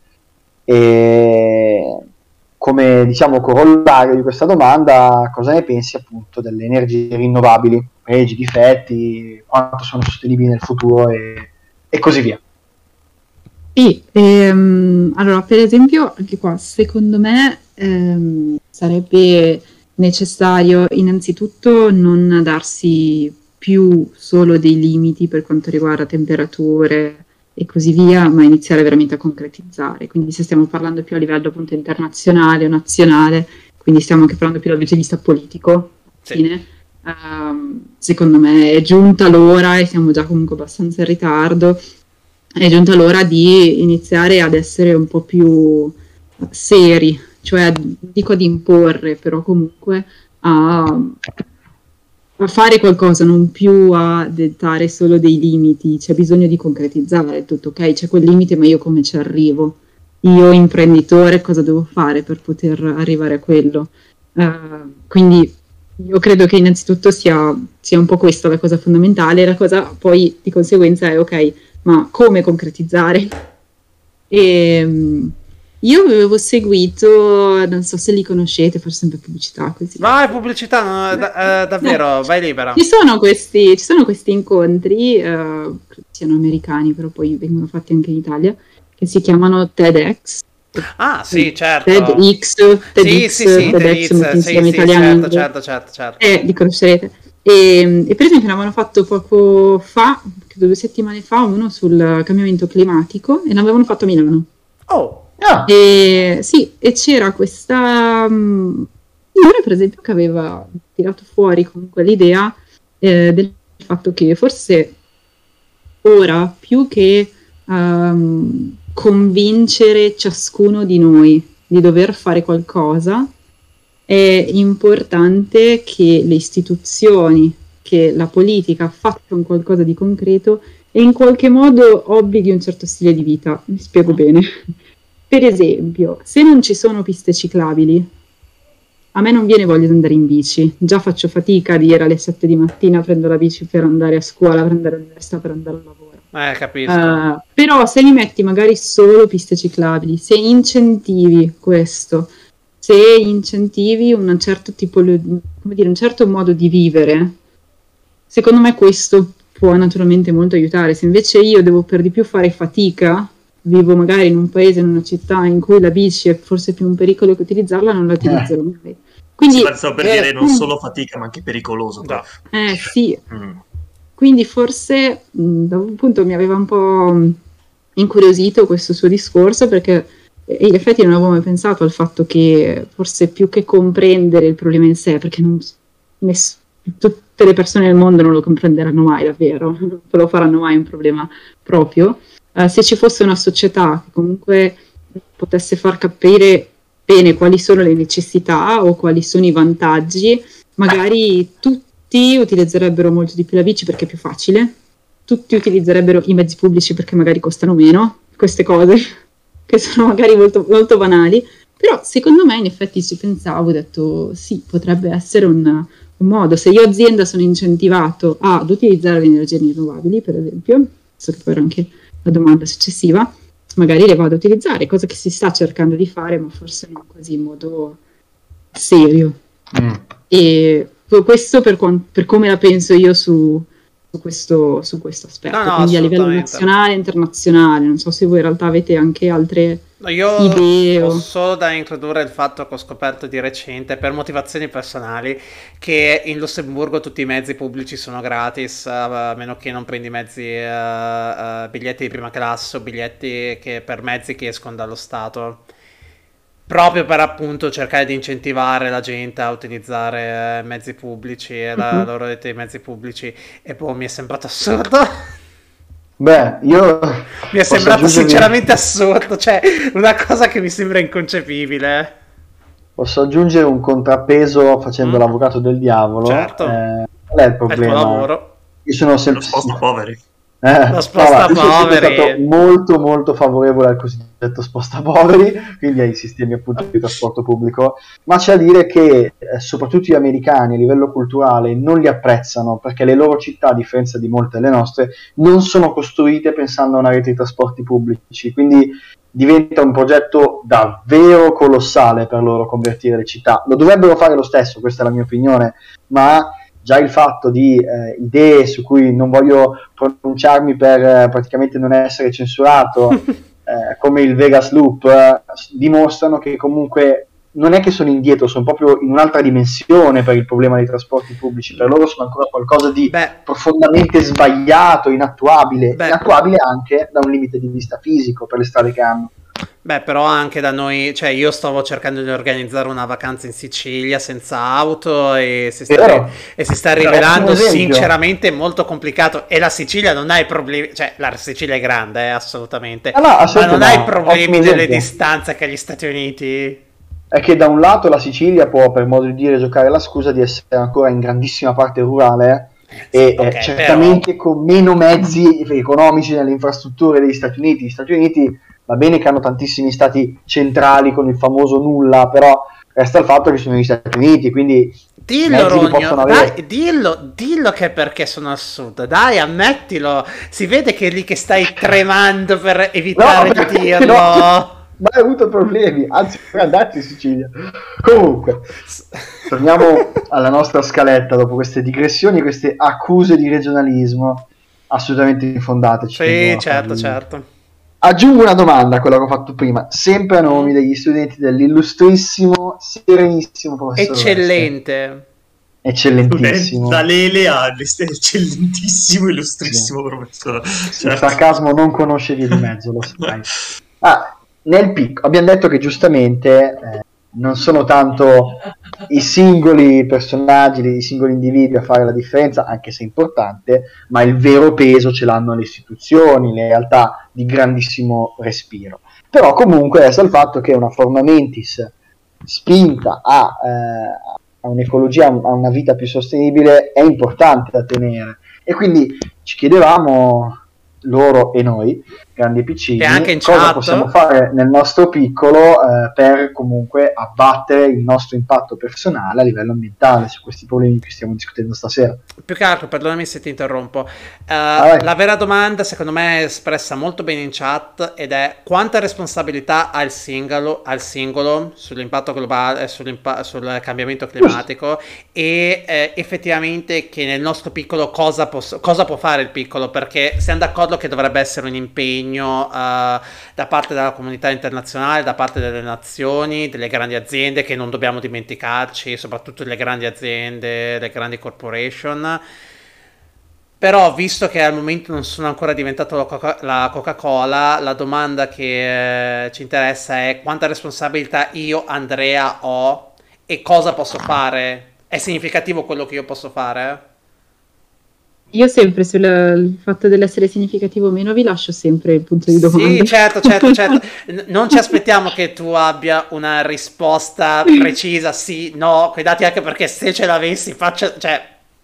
E come diciamo corollario di questa domanda, cosa ne pensi appunto delle energie rinnovabili, pregi, difetti, quanto sono sostenibili nel futuro e, e così via? Sì, ehm, allora per esempio anche qua secondo me ehm, sarebbe necessario innanzitutto non darsi più solo dei limiti per quanto riguarda temperature e così via, ma iniziare veramente a concretizzare. Quindi se stiamo parlando più a livello appunto internazionale o nazionale, quindi stiamo anche parlando più dal punto di vista politico, sì. fine, um, secondo me è giunta l'ora, e siamo già comunque abbastanza in ritardo, è giunta l'ora di iniziare ad essere un po' più seri, cioè dico di imporre, però comunque a... a fare qualcosa, non più a dettare solo dei limiti. C'è bisogno di concretizzare tutto, ok? C'è quel limite, ma io come ci arrivo? Io imprenditore cosa devo fare per poter arrivare a quello? Uh, quindi io credo che innanzitutto sia, sia un po' questa la cosa fondamentale. La cosa poi di conseguenza è ok, ma come concretizzare? E um, io avevo seguito, non so se li conoscete, faccio sempre pubblicità così. Vai, pubblicità, no, da, eh, davvero, no. Vai libera. Ci sono questi, ci sono questi incontri, eh, credo siano americani, però poi vengono fatti anche in Italia, che si chiamano TEDx, Ah, sì, certo. TEDx, TEDx, sì, sì, sì, TEDx, TEDx, sì, sì, italiano. Certo, certo, certo, certo. Eh, li conoscerete. E, e per esempio ne avevano fatto poco fa, credo due settimane fa, uno sul cambiamento climatico e l'avevano fatto a Milano. Oh! Ah. E, sì, e c'era questa um, signora, per esempio, che aveva tirato fuori comunque l'idea eh, del fatto che forse ora, più che um, convincere ciascuno di noi di dover fare qualcosa, è importante che le istituzioni, che la politica facciano qualcosa di concreto e in qualche modo obblighi un certo stile di vita. Mi spiego bene. Per esempio, se non ci sono piste ciclabili, a me non viene voglia di andare in bici. Già faccio fatica a dire alle sette di mattina prendo la bici per andare a scuola, per andare all'università, per andare al lavoro. Eh, capisco. Uh, però se mi metti magari solo piste ciclabili, se incentivi questo, se incentivi un certo tipo, come dire, un certo modo di vivere, secondo me questo può naturalmente molto aiutare. Se invece io devo per di più fare fatica, vivo magari in un paese, in una città in cui la bici è forse più un pericolo che utilizzarla, non la utilizzerò eh. mai. Quindi, si pensava per eh, dire non solo fatica ma anche pericoloso. No. Eh sì, mm. Quindi forse mh, da un punto mi aveva un po' incuriosito questo suo discorso, perché in effetti non avevo mai pensato al fatto che forse più che comprendere il problema in sé, perché non, ness- tutte le persone nel mondo non lo comprenderanno mai davvero, non lo faranno mai un problema proprio, uh, se ci fosse una società che comunque potesse far capire bene quali sono le necessità o quali sono i vantaggi, magari tutti utilizzerebbero molto di più la bici perché è più facile, tutti utilizzerebbero i mezzi pubblici perché magari costano meno, queste cose che sono magari molto, molto banali, però secondo me in effetti ci pensavo, ho detto sì, potrebbe essere un, un modo. Se io azienda sono incentivato ad utilizzare le energie rinnovabili, per esempio, so che poi era anche la domanda successiva, magari le vado a utilizzare, cosa che si sta cercando di fare, ma forse non così in modo serio. Mm. E questo per, per come la penso io su, su, questo, su questo aspetto, no, no, quindi a livello nazionale e internazionale. Non so se voi in realtà avete anche altre no, io idee. Ho o... solo da introdurre il fatto che ho scoperto di recente, per motivazioni personali, che in Lussemburgo tutti i mezzi pubblici sono gratis, a meno che non prendi mezzi uh, uh, biglietti di prima classe o biglietti che, per mezzi che escono dallo Stato. Proprio per appunto cercare di incentivare la gente a utilizzare mezzi pubblici e la uh-huh. loro rete di mezzi pubblici, e poi mi è sembrato assurdo. Beh, io mi è sembrato sinceramente assurdo, cioè una cosa che mi sembra inconcepibile. Posso aggiungere un contrappeso facendo mm. l'avvocato del diavolo? Certo. Eh, qual è il problema? È il tuo lavoro. Io sono sempre... Lo sposta poveri. Eh, lo sposta no, poveri. Sono stato molto molto favorevole al cosiddetto sposta poveri, quindi ai sistemi appunto di trasporto pubblico, ma c'è da dire che eh, soprattutto gli americani a livello culturale non li apprezzano, perché le loro città, a differenza di molte delle nostre, non sono costruite pensando a una rete di trasporti pubblici, quindi diventa un progetto davvero colossale per loro convertire le città. Lo dovrebbero fare lo stesso, questa è la mia opinione, ma già il fatto di eh, idee su cui non voglio pronunciarmi per eh, praticamente non essere censurato, eh, come il Vegas Loop, eh, dimostrano che comunque non è che sono indietro, sono proprio in un'altra dimensione per il problema dei trasporti pubblici. Per loro sono ancora qualcosa di Beh. profondamente sbagliato, inattuabile, Beh. inattuabile anche da un limite di vista fisico per le strade che hanno. Beh, però anche da noi, cioè io stavo cercando di organizzare una vacanza in Sicilia senza auto e si sta, ri- e si sta rivelando sinceramente molto complicato, e la Sicilia non ha i problemi, cioè la Sicilia è grande, eh, assolutamente, ah, no, ma non no. ha i problemi delle distanze che gli Stati Uniti. È che da un lato la Sicilia può, per modo di dire, giocare la scusa di essere ancora in grandissima parte rurale, e okay, eh, certamente però... con meno mezzi economici nelle infrastrutture degli Stati Uniti. Gli Stati Uniti va bene che hanno tantissimi stati centrali con il famoso nulla, però resta il fatto che sono gli Stati Uniti, quindi dillo Rogno, dai, dillo, dillo che perché sono al sud, dai, ammettilo, si vede che è lì che stai tremando per evitare no, di dirlo. No. Mai avuto problemi, anzi andate in Sicilia. Comunque torniamo alla nostra scaletta dopo queste digressioni, queste accuse di regionalismo assolutamente infondate. Sì, certo, certo. Aggiungo una domanda a quello che ho fatto prima, sempre a nome degli studenti dell'illustrissimo, serenissimo professor Eccellente. Veste. Eccellentissimo. Da Lele a eccellentissimo, illustrissimo sì. professore. Certo. Il sarcasmo non conosce vie di mezzo, lo sai. Ah, nel piccolo, abbiamo detto che giustamente eh, non sono tanto i singoli personaggi, i singoli individui a fare la differenza, anche se è importante, ma il vero peso ce l'hanno le istituzioni, le realtà di grandissimo respiro. Però comunque resta il fatto che una forma mentis spinta a, eh, a un'ecologia, a una vita più sostenibile è importante da tenere, e quindi ci chiedevamo, loro e noi, grandi e piccini, e anche in cosa chat possiamo fare nel nostro piccolo eh, per comunque abbattere il nostro impatto personale a livello ambientale su questi problemi che stiamo discutendo stasera. Più che altro, perdonami se ti interrompo, uh, ah, la vera domanda secondo me è espressa molto bene in chat, ed è: quanta responsabilità ha il singolo, al singolo sull'impatto globale, sull'impa- sul cambiamento climatico, e eh, effettivamente che nel nostro piccolo cosa, posso, cosa può fare il piccolo, perché siamo d'accordo che dovrebbe essere un impegno uh, da parte della comunità internazionale, da parte delle nazioni, delle grandi aziende, che non dobbiamo dimenticarci, soprattutto le grandi aziende, le grandi corporation. Però, visto che al momento non sono ancora diventato la, Coca- la Coca-Cola, la domanda che eh, ci interessa è: quanta responsabilità io, Andrea, ho e cosa posso fare? È significativo quello che io posso fare? Io sempre sul fatto dell'essere significativo o meno vi lascio sempre il punto di domanda. Sì, certo, certo, certo. Non ci aspettiamo che tu abbia una risposta precisa, sì, no, quei dati, anche perché se ce l'avessi faccio, cioè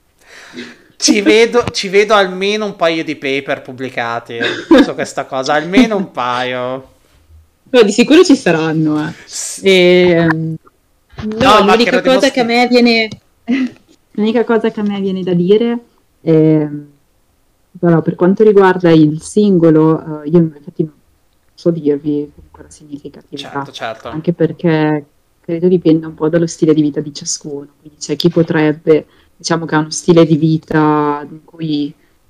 ci vedo, ci vedo almeno un paio di paper pubblicati su questa cosa, almeno un paio. No, di sicuro ci saranno, eh. E, no, no, l'unica cosa dimostri... che a me viene l'unica cosa che a me viene da dire Eh, però per quanto riguarda il singolo, eh, io infatti non so dirvi ancora significatività, certo, certo. Anche perché credo dipenda un po' dallo stile di vita di ciascuno, quindi c'è chi potrebbe, diciamo che ha uno stile di vita in cui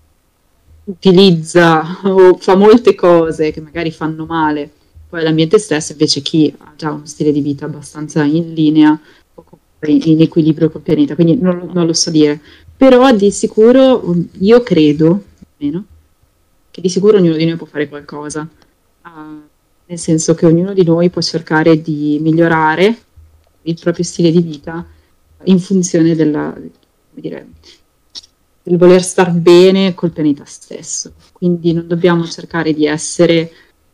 utilizza o fa molte cose che magari fanno male poi all'ambiente stesso, invece chi ha già uno stile di vita abbastanza in linea o in equilibrio col pianeta, quindi non, non lo so dire. Però di sicuro io credo, almeno, che di sicuro ognuno di noi può fare qualcosa, uh, nel senso che ognuno di noi può cercare di migliorare il proprio stile di vita in funzione della, come dire, del voler star bene col pianeta stesso. Quindi non dobbiamo cercare di essere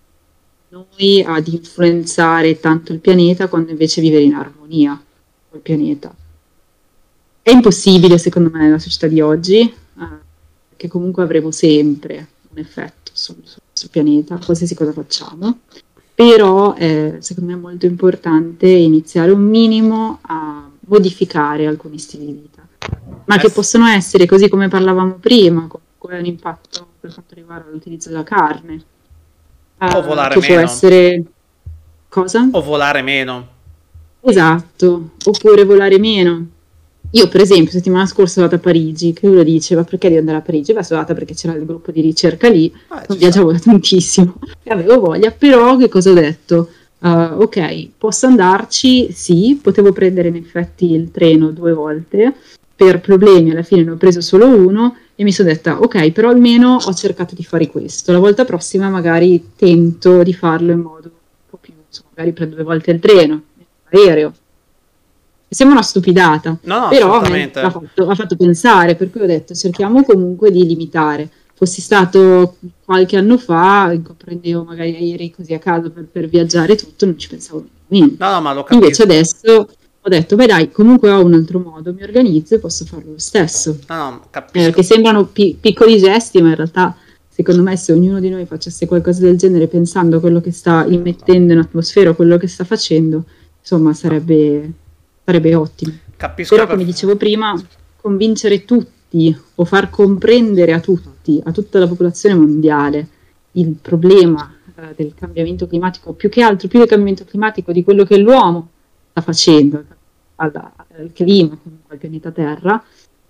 noi ad influenzare tanto il pianeta, quando invece vivere in armonia col pianeta. È impossibile, secondo me, nella società di oggi, eh, che comunque avremo sempre un effetto sul, sul pianeta, qualsiasi cosa facciamo, però eh, secondo me è molto importante iniziare un minimo a modificare alcuni stili di vita, ma che possono essere, così come parlavamo prima, comunque un impatto per quanto riguarda l'utilizzo della carne. Eh, o volare che meno. Può essere... Cosa? O volare meno. Esatto, oppure volare meno. Io per esempio settimana scorsa sono andata a Parigi, che uno diceva perché devo andare a Parigi? Beh, sono andata perché c'era il gruppo di ricerca lì, ah, non viaggiavo tantissimo e avevo voglia, però che cosa ho detto? Uh, ok, posso andarci, sì, potevo prendere in effetti il treno due volte, per problemi alla fine ne ho preso solo uno e mi sono detta ok, però almeno ho cercato di fare questo, la volta prossima magari tento di farlo in modo un po' più, insomma, magari prendo due volte il treno, l'aereo. Sembra una stupidata, no, no, però mi ha fatto, ha fatto pensare, per cui ho detto cerchiamo comunque di limitare. Fossi stato qualche anno fa, prendevo magari aerei così a caso per, per viaggiare tutto, non ci pensavo niente. No, no, ma lo capisco. Invece adesso ho detto, beh dai, comunque ho un altro modo, mi organizzo e posso farlo lo stesso. No, no, capisco. Eh, perché sembrano pi- piccoli gesti, ma in realtà secondo me se ognuno di noi facesse qualcosa del genere pensando a quello che sta immettendo in atmosfera o quello che sta facendo, insomma sarebbe... sarebbe ottimo. Capisco. Però come dicevo prima, convincere tutti o far comprendere a tutti, a tutta la popolazione mondiale, il problema eh, del cambiamento climatico, più che altro, più del cambiamento climatico, di quello che l'uomo sta facendo al, al clima, comunque al pianeta Terra,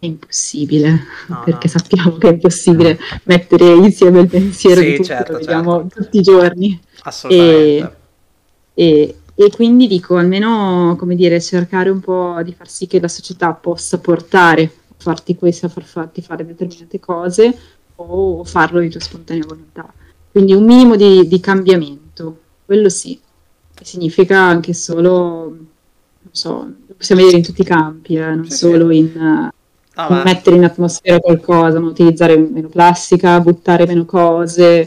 È impossibile, No, perché no. sappiamo che è impossibile mettere insieme il pensiero Sì, di tutti, certo, lo vediamo certo. tutti i giorni. Assolutamente. E, e- e quindi dico, almeno, come dire, cercare un po' di far sì che la società possa portare a farti questo, a far farti fare determinate cose, o farlo di tua spontanea volontà. Quindi un minimo di, di cambiamento, quello sì, che significa anche solo, non so, lo possiamo vedere in tutti i campi, eh, non Sì, solo sì. in, eh, No, in ma mettere in atmosfera qualcosa, ma utilizzare meno plastica, buttare meno cose,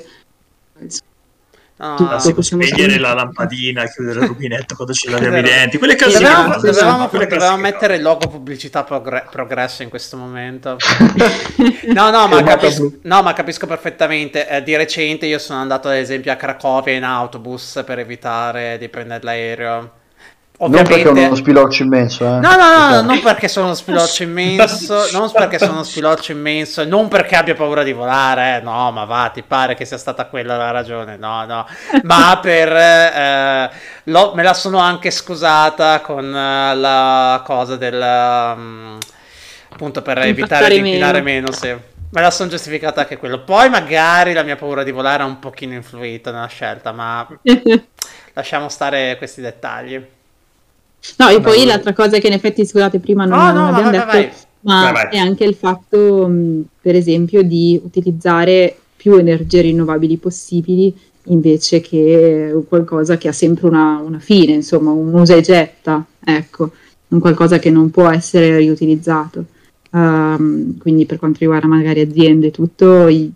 no, Ah, tutto sì, possiamo spegnere la solo... lampadina, chiudere il rubinetto quando ci laviamo i Vero. denti, quelle Esatto. classiche Dovevamo, cose, dovevamo, insomma, quelle dovevamo classiche mettere il cose. logo pubblicità progre- progresso in questo momento. No, no, ma Cremata capisco, blu. no, ma capisco perfettamente. Eh, di recente io sono andato ad esempio a Cracovia in autobus per evitare di prendere l'aereo. Non perché è uno Ovviamente. spiloccio immenso, eh. No, no, no, Ricordo. non perché sono uno spiloccio immenso, non perché sono uno spiloccio immenso, e non perché abbia paura di volare, eh, no, ma va, ti pare che sia stata quella la ragione, no, no, ma per, eh, l'ho- me la sono anche scusata con eh, la cosa del, um, appunto per evitare di Impattare inquinare meno. meno, sì. Me la sono giustificata anche quello. Poi magari la mia paura di volare ha un pochino influito nella scelta, ma lasciamo stare questi dettagli. No, e Vabbè, poi voi- l'altra cosa che in effetti, scusate, prima non, Oh, non no, ma abbiamo vai, detto, vai, vai. ma Vai, vai. è anche il fatto, mh, per esempio, di utilizzare più energie rinnovabili possibili invece che qualcosa che ha sempre una, una fine, insomma, un usa e getta, ecco, un qualcosa che non può essere riutilizzato. Ehm, quindi per quanto riguarda magari aziende, tutto, i-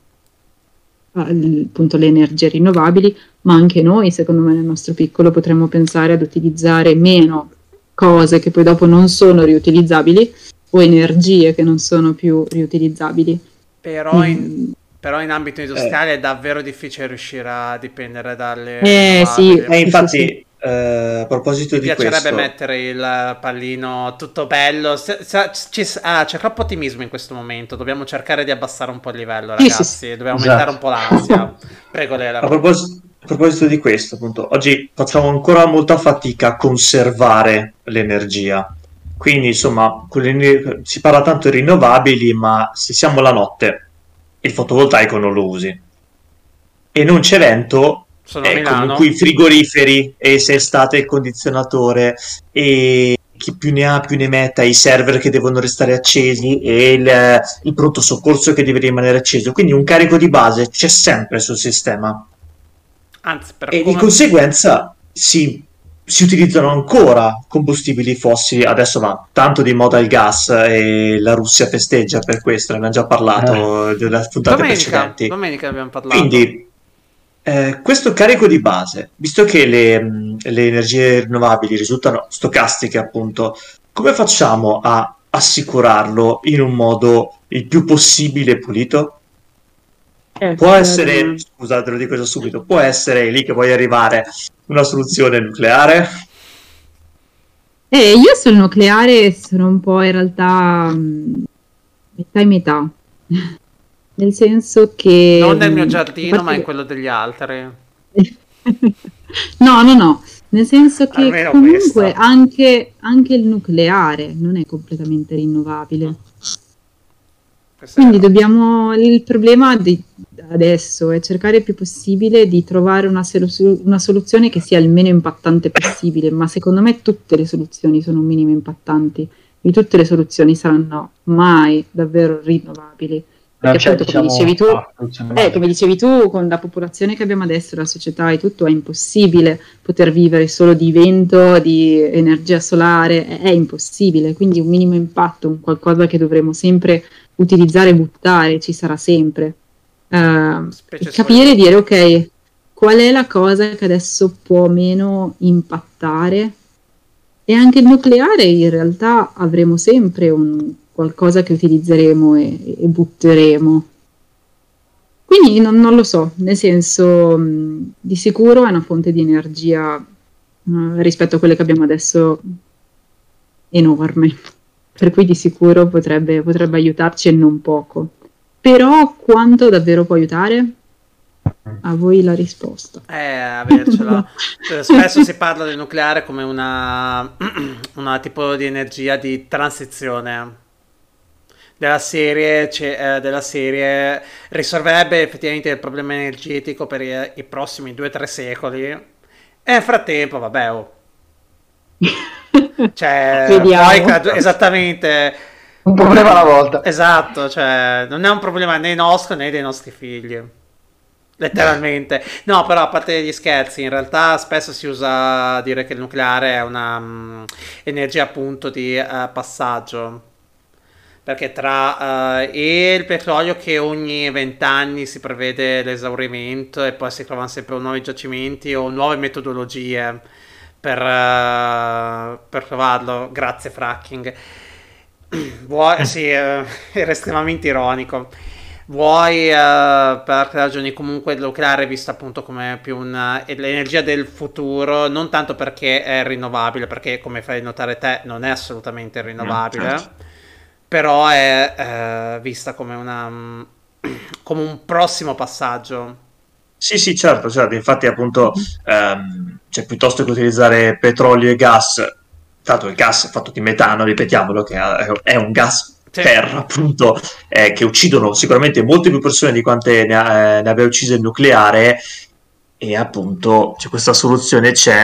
il- appunto le energie rinnovabili, ma anche noi, secondo me, nel nostro piccolo potremmo pensare ad utilizzare meno cose che poi dopo non sono riutilizzabili o energie che non sono più riutilizzabili. Però in, Mm. però in ambito industriale è davvero difficile riuscire a dipendere dalle Eh, sì. rinnovabili. E Sì, sì, infatti, sì. eh, a proposito Mi di piacerebbe questo, mettere il pallino tutto bello. Se- se- ci- ah, c'è troppo ottimismo in questo momento. Dobbiamo cercare di abbassare un po' il livello, Sì, sì, ragazzi. sì. Dobbiamo Esatto. aumentare un po' l'ansia. Prego, a Lela. proposito, a proposito di questo, appunto, oggi facciamo ancora molta fatica a conservare l'energia. Quindi, insomma, con le- si parla tanto di rinnovabili, ma se siamo la notte, il fotovoltaico non lo usi. E non c'è vento, Sono a e Milano. comunque i frigoriferi, e se è estate il condizionatore, e chi più ne ha più ne metta, i server che devono restare accesi e il, il pronto soccorso che deve rimanere acceso. Quindi un carico di base c'è sempre sul sistema. Anzi, per E di come... conseguenza si, si utilizzano ancora combustibili fossili. Adesso va tanto di moda il gas e la Russia festeggia per questo, ne abbiamo già parlato nelle puntate Domenica, precedenti. domenica abbiamo parlato. Quindi eh, questo carico di base, visto che le, mh, le energie rinnovabili risultano stocastiche, appunto, come facciamo a assicurarlo in un modo il più possibile pulito? Eh, Può quella essere, domanda. scusate, lo dico già subito, può essere lì che vuoi arrivare una soluzione nucleare? Eh, io sul nucleare sono un po' in realtà mh, metà e metà. Nel senso che... Non nel mio mh, a giardino, parte ma in che- quello degli altri. No, no, no, nel senso che Almeno comunque questa. anche, anche il nucleare non è completamente rinnovabile. Questo è Quindi vero. dobbiamo, il problema di adesso è cercare il più possibile di trovare una, solu- una soluzione che sia il meno impattante possibile, ma secondo me tutte le soluzioni sono minimo impattanti, e tutte le soluzioni saranno mai davvero rinnovabili. Non Perché c'è, appunto, come diciamo, dicevi tu, ah, soluzione eh, come dicevi tu, con la popolazione che abbiamo adesso, la società e tutto, è impossibile poter vivere solo di vento, di energia solare, è, è impossibile. Quindi un minimo impatto, un qualcosa che dovremo sempre utilizzare e buttare, ci sarà sempre. Eh, Specie e capire se- e dire, ok, qual è la cosa che adesso può meno impattare? E anche il nucleare in realtà avremo sempre un qualcosa che utilizzeremo e, e butteremo. Quindi non, non lo so, nel senso, mh, di sicuro è una fonte di energia eh, rispetto a quelle che abbiamo adesso enorme, per cui di sicuro potrebbe, potrebbe aiutarci e non poco. Però quanto davvero può aiutare? A voi la risposta. Eh, avercela. Eh, Spesso si parla del nucleare come una, una tipo di energia di transizione. della serie, eh, della serie risolverebbe effettivamente il problema energetico per i, i prossimi due o tre secoli. E nel frattempo, vabbè, oh. Cioè, poi, esattamente, un problema alla volta. Esatto, cioè, non è un problema né nostro né dei nostri figli. Letteralmente. No, però a parte gli scherzi, in realtà spesso si usa dire che il nucleare è una um, energia appunto di uh, passaggio. Perché tra uh, e il petrolio che ogni vent'anni si prevede l'esaurimento e poi si trovano sempre nuovi giacimenti o nuove metodologie per, uh, per trovarlo, grazie fracking. Vuoi, sì, uh, era estremamente ironico. Vuoi uh, per altre ragioni, comunque il nucleare è visto appunto come più una, l'energia del futuro, non tanto perché è rinnovabile, perché come fai notare te non è assolutamente rinnovabile, no, certo. Però è uh, vista come una come un prossimo passaggio. Sì, sì, certo, certo. Infatti appunto um, cioè, piuttosto che utilizzare petrolio e gas, tanto il gas è fatto di metano, ripetiamolo, che è un gas terra, appunto, eh, che uccidono sicuramente molte più persone di quante ne, ha, ne abbia uccise il nucleare, e appunto cioè, questa soluzione c'è,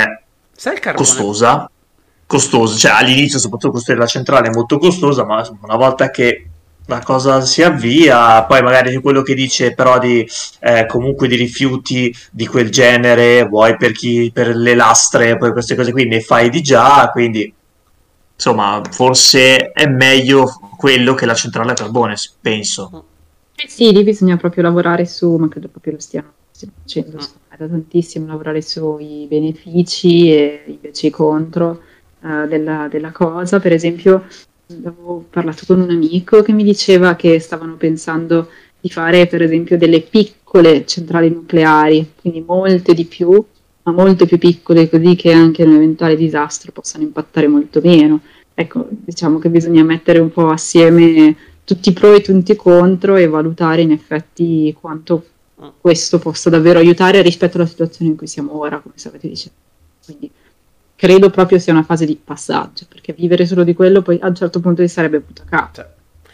costosa, costosa, cioè all'inizio soprattutto costruire la centrale è molto costosa, ma una volta che la cosa si avvia, poi magari quello che dice però di eh, comunque di rifiuti di quel genere, vuoi per chi per le lastre, poi queste cose qui ne fai di già, quindi insomma, forse è meglio quello che la centrale a carbone, penso. Sì, lì bisogna proprio lavorare su, ma credo proprio lo stiano, stiano facendo, è da tantissimo lavorare sui benefici e invece i contro uh, della, della cosa. Per esempio, avevo parlato con un amico che mi diceva che stavano pensando di fare, per esempio, delle piccole centrali nucleari, quindi molte di più, ma molto più piccole, così che anche un eventuale disastro possano impattare molto meno. Ecco, diciamo che bisogna mettere un po' assieme tutti i pro e tutti i contro e valutare in effetti quanto questo possa davvero aiutare rispetto alla situazione in cui siamo ora, come stavate dicendo. Quindi credo proprio sia una fase di passaggio, perché vivere solo di quello poi a un certo punto si sarebbe buttato.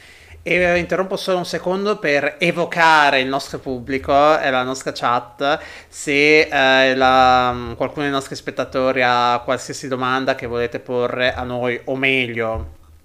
E interrompo solo un secondo per evocare il nostro pubblico e la nostra chat. Se eh, la, qualcuno dei nostri spettatori ha qualsiasi domanda che volete porre a noi, o meglio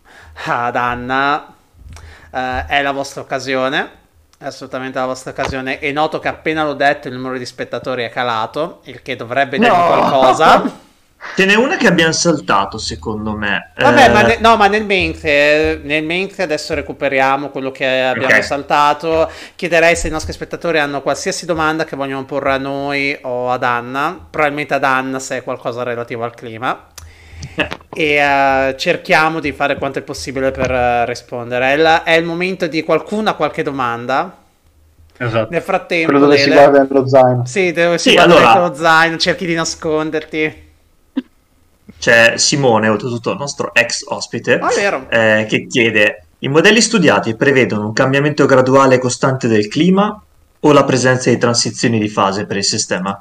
ad Anna, eh, è la vostra occasione, è assolutamente la vostra occasione. E noto che appena l'ho detto il numero di spettatori è calato, il che dovrebbe dire no. qualcosa. Ce n'è una che abbiamo saltato, secondo me. Vabbè, eh... ma ne, no, ma nel mentre, nel mentre adesso recuperiamo quello che abbiamo okay. saltato. Chiederei se i nostri spettatori hanno qualsiasi domanda che vogliono porre a noi o ad Anna, probabilmente ad Anna se è qualcosa relativo al clima. E uh, cerchiamo di fare quanto è possibile per uh, rispondere. È, la, è il momento di qualcuno ha qualche domanda. Esatto. Nel frattempo, quello dove Lele, si guarda nello zaino. Sì, dove si sì, guarda allora... nello zaino, cerchi di nasconderti. C'è Simone, oltretutto il nostro ex ospite, oh, vero. Eh, che chiede: i modelli studiati prevedono un cambiamento graduale e costante del clima o la presenza di transizioni di fase per il sistema?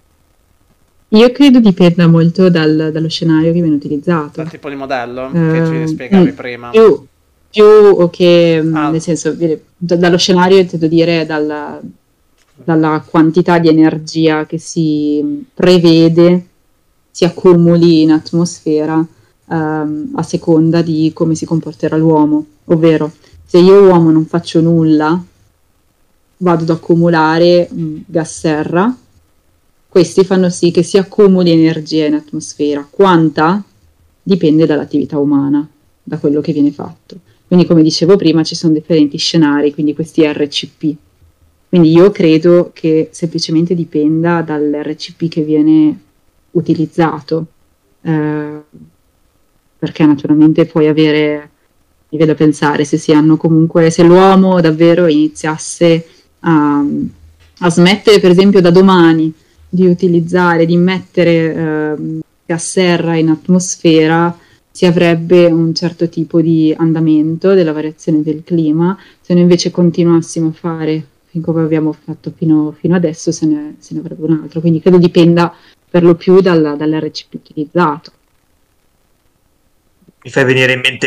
Io credo dipenda molto dal, dallo scenario che viene utilizzato. Dal tipo di modello uh, che ci spiegavi mm, prima. Più, più che, ah. nel senso, d- dallo scenario intendo dire dalla, dalla quantità di energia che si prevede si accumuli in atmosfera um, a seconda di come si comporterà l'uomo. Ovvero, se io uomo non faccio nulla, vado ad accumulare um, gas serra, questi fanno sì che si accumuli energia in atmosfera. Quanta? Dipende dall'attività umana, da quello che viene fatto. Quindi, come dicevo prima, ci sono differenti scenari, quindi questi R C P. Quindi io credo che semplicemente dipenda dall'R C P che viene utilizzato, eh, perché naturalmente puoi avere, mi vedo a pensare, se si hanno comunque, se l'uomo davvero iniziasse a, a smettere per esempio da domani di utilizzare, di mettere eh, gas serra in atmosfera, si avrebbe un certo tipo di andamento della variazione del clima. Se noi invece continuassimo a fare come abbiamo fatto fino, fino adesso, se ne, se ne avrebbe un altro. Quindi credo dipenda per lo più dal, dall'R C P utilizzato. Mi fai venire in mente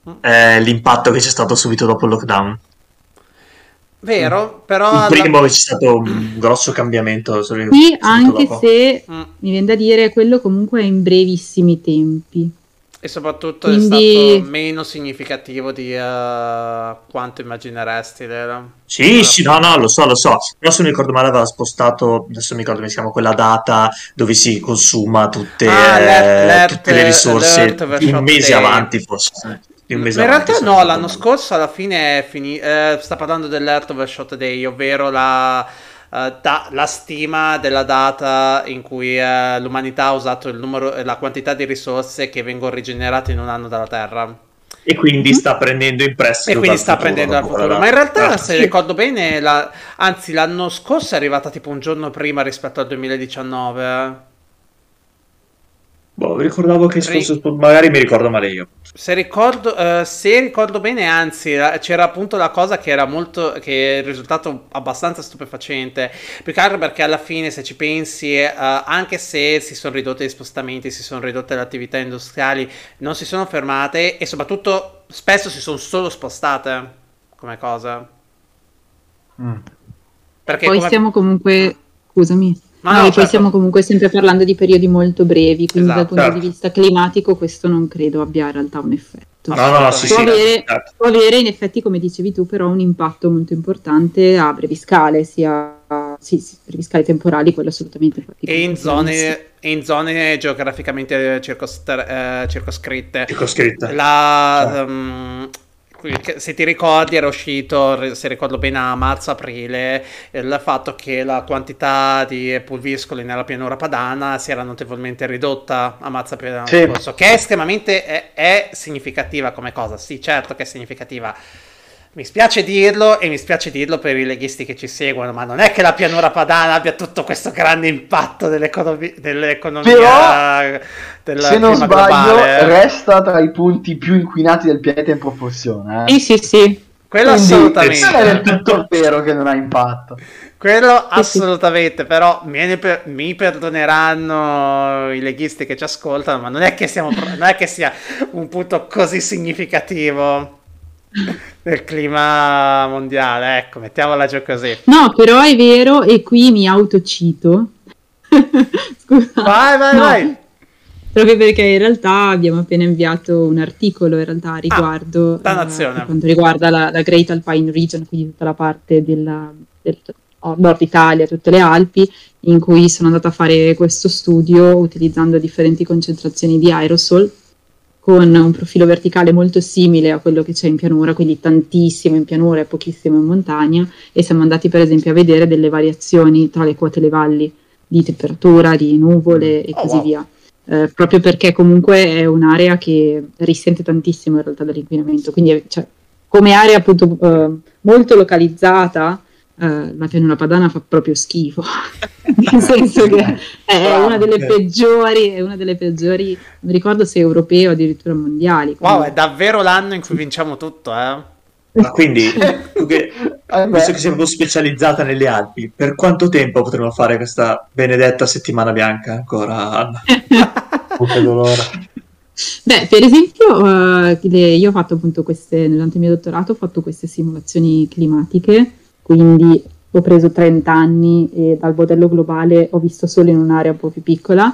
eh, l'impatto che c'è stato subito dopo il lockdown. Vero, però... Il primo alla... c'è stato un grosso cambiamento. Sì, anche dopo. Se mm. mi viene da dire quello comunque in brevissimi tempi. E soprattutto Quindi... è stato meno significativo di uh, quanto immagineresti, vero? Sì, sì, no, no, lo so, lo so. Però se non mi ricordo male aveva spostato, adesso mi ricordo come si chiama, quella data dove si consuma tutte, ah, eh, l'ert, tutte le risorse un mese day. avanti forse. Un mese in avanti, realtà no, l'anno scorso alla fine è finito, eh, sta parlando dell'Earth Overshot Day, ovvero la... Uh, da, la stima della data in cui uh, l'umanità ha usato il numero, la quantità di risorse che vengono rigenerate in un anno dalla Terra, e quindi sta prendendo in prestito e quindi sta futuro, prendendo dal futuro la... ma in realtà ah, se sì. ricordo bene la... anzi l'anno scorso è arrivata tipo un giorno prima rispetto al duemiladiciannove. Boh, ricordavo che fosse, magari mi ricordo male io. Se ricordo, uh, se ricordo bene, anzi, c'era appunto la cosa che era molto, che è il risultato abbastanza stupefacente, più che altro perché alla fine, se ci pensi, uh, anche se si sono ridotti gli spostamenti, si sono ridotte le attività industriali, non si sono fermate e soprattutto spesso si sono solo spostate come cosa. Mm. Perché poi come... stiamo comunque, scusami. Ma no, no, poi certo. Stiamo comunque sempre parlando di periodi molto brevi, quindi esatto, dal punto certo. di vista climatico questo non credo abbia in realtà un effetto. No, no, no, sì, può, sì, avere, certo. può avere in effetti, come dicevi tu, però un impatto molto importante a brevi scale, sia sì, sì, brevi scale temporali, quello assolutamente. E in zone, in zone geograficamente circostre, eh, circoscritte. Circoscritte. La... Certo. Um, se ti ricordi era uscito, se ricordo bene, a marzo-aprile il fatto che la quantità di pulviscoli nella pianura padana si era notevolmente ridotta a marzo-aprile l'anno sì. scorso, che è estremamente è, è significativa come cosa. Sì, certo che è significativa. Mi spiace dirlo e mi spiace dirlo per i leghisti che ci seguono, ma non è che la pianura padana abbia tutto questo grande impatto dell'economia, dell'economia Però, del se non sbaglio, globale. Resta tra i punti più inquinati del pianeta in proporzione. Eh? Sì, sì, sì. Quello Quindi, assolutamente. Non è tutto vero che non ha impatto. Quello assolutamente, però mi, per, mi perdoneranno i leghisti che ci ascoltano, ma non è che, siamo, non è che sia un punto così significativo del clima mondiale, ecco, mettiamola giù così. No, però è vero, e qui mi autocito. Scusa. Vai, vai, no. vai. Proprio perché in realtà abbiamo appena inviato un articolo in realtà a riguardo ah, uh, per quanto riguarda la, la Great Alpine Region, quindi tutta la parte della, del nord Italia, tutte le Alpi, in cui sono andata a fare questo studio utilizzando differenti concentrazioni di aerosol con un profilo verticale molto simile a quello che c'è in pianura, quindi tantissimo in pianura e pochissimo in montagna, e siamo andati per esempio a vedere delle variazioni tra le quote e le valli di temperatura, di nuvole e oh, così wow. via, eh, proprio perché comunque è un'area che risente tantissimo in realtà dall'inquinamento, quindi cioè, come area appunto eh, molto localizzata, Uh, la pianura padana fa proprio schifo, nel senso che è una delle peggiori, è una delle peggiori, non ricordo se europee o addirittura mondiali. Quindi... Wow, è davvero l'anno in cui vinciamo tutto, eh? Ma quindi, tu che, visto che sei proprio specializzata nelle Alpi, per quanto tempo potremo fare questa benedetta settimana bianca ancora, Anna? Che dolore. Beh, per esempio, uh, le, io ho fatto appunto queste, durante il mio dottorato ho fatto queste simulazioni climatiche. Quindi ho preso trenta anni e dal modello globale ho visto solo in un'area un po' più piccola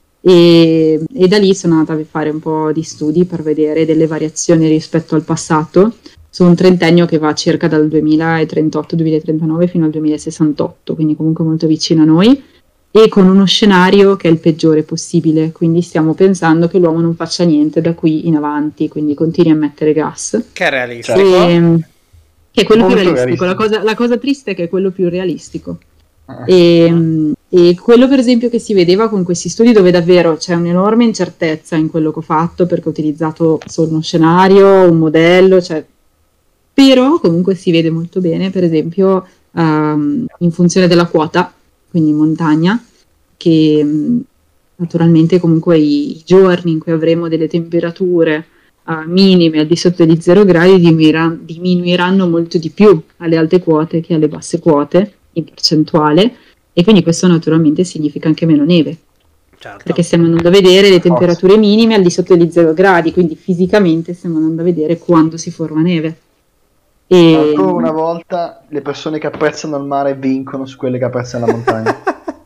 e, e da lì sono andata a fare un po' di studi per vedere delle variazioni rispetto al passato su un trentennio che va circa dal duemilatrentotto duemilatrentanove fino al duemilasessantotto, quindi comunque molto vicino a noi, e con uno scenario che è il peggiore possibile, quindi stiamo pensando che l'uomo non faccia niente da qui in avanti, quindi continui a mettere gas. Che è realistico. E, che è quello più realistico, realistico. La, cosa, la cosa triste è che è quello più realistico. Ah. E, e quello per esempio che si vedeva con questi studi dove davvero c'è un'enorme incertezza in quello che ho fatto, perché ho utilizzato solo uno scenario, un modello, cioè, però comunque si vede molto bene, per esempio um, in funzione della quota, quindi in montagna, che um, naturalmente comunque i, i giorni in cui avremo delle temperature Uh, minime al di sotto di zero gradi diminuiranno, diminuiranno molto di più alle alte quote che alle basse quote in percentuale, e quindi questo naturalmente significa anche meno neve. Certo. Perché stiamo andando a vedere le temperature minime al di sotto degli zero gradi, quindi fisicamente stiamo andando a vedere quando si forma neve. E... ancora una volta le persone che apprezzano il mare vincono su quelle che apprezzano la montagna.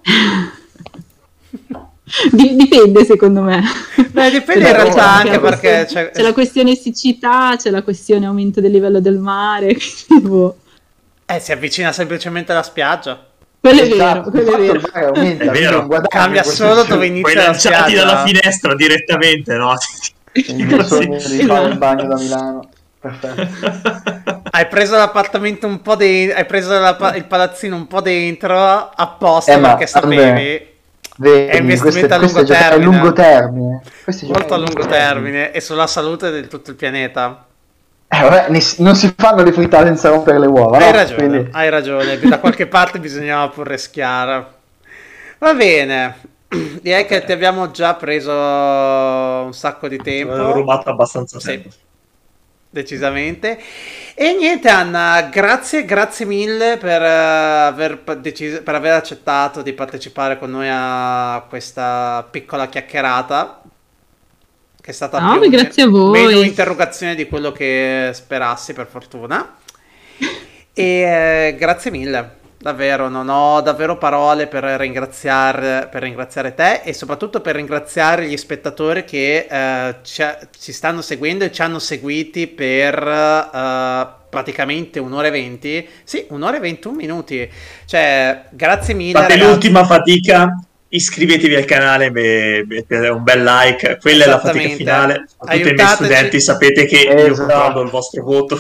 Dipende, secondo me. Beh, dipende in realtà anche perché c'è... c'è la questione siccità, c'è la questione aumento del livello del mare. Boh. Eh, si avvicina semplicemente alla spiaggia. Quello è vero, quello è vero. Aumenta, è vero. Cambia solo dove inizia la spiaggia. Puoi lanciarti dalla finestra direttamente, no? Il sogno di fare il bagno da Milano. Perfetto. Hai preso l'appartamento un po' dentro, hai preso la, il palazzino un po' dentro apposta eh, perché sapevi. Vedi, è investimento a lungo termine. È lungo termine. Molto a lungo termine e sulla salute di tutto il pianeta. Eh, vabbè, non si fanno le frittate senza rompere le uova. Hai no? ragione, Quindi... hai ragione. Da qualche parte bisognava pur rischiare. Va bene. Direi che ti abbiamo già preso un sacco di tempo. Ho rubato abbastanza tempo. Sì. Decisamente. E niente, Anna, grazie, grazie mille per, uh, aver deciso, per aver accettato di partecipare con noi a questa piccola chiacchierata che è stata no, più grazie a voi. meno interrogazione di quello che sperassi, per fortuna. E eh, grazie mille. Davvero, non ho davvero parole per ringraziare, per ringraziare te e soprattutto per ringraziare gli spettatori che eh, ci, ci stanno seguendo e ci hanno seguiti per eh, praticamente un'ora e venti. Sì, un'ora e ventuno minuti. Cioè, grazie mille. Fate ragazzi. L'ultima fatica. Iscrivetevi al canale, mettete un bel like, quella è la fatica finale. A tutti i miei studenti sapete che esatto. Io controllo il vostro voto.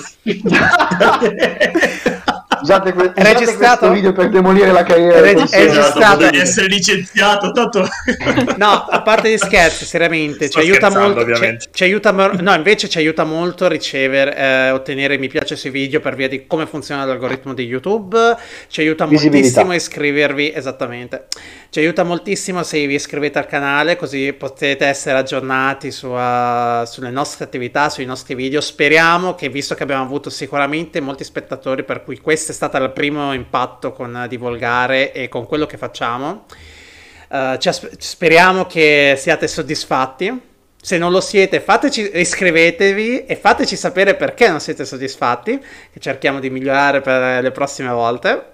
Usate, que- è registrato? usate questo video per demolire la carriera. È, reg- è registrato. Devi essere licenziato. Tanto... no, a parte gli scherzi, seriamente ci aiuta molto. Ci, ci aiuta, no, invece ci aiuta molto a ricevere, eh, ottenere mi piace sui video per via di come funziona l'algoritmo di YouTube. Ci aiuta moltissimo a iscrivervi. Esattamente. Ci aiuta moltissimo se vi iscrivete al canale, così potete essere aggiornati su, uh, sulle nostre attività, sui nostri video. Speriamo che, visto che abbiamo avuto sicuramente molti spettatori, per cui questo è stato il primo impatto con uh, Divolgare e con quello che facciamo, uh, ci asp- speriamo che siate soddisfatti. Se non lo siete, fateci, iscrivetevi e fateci sapere perché non siete soddisfatti, che cerchiamo di migliorare per le prossime volte.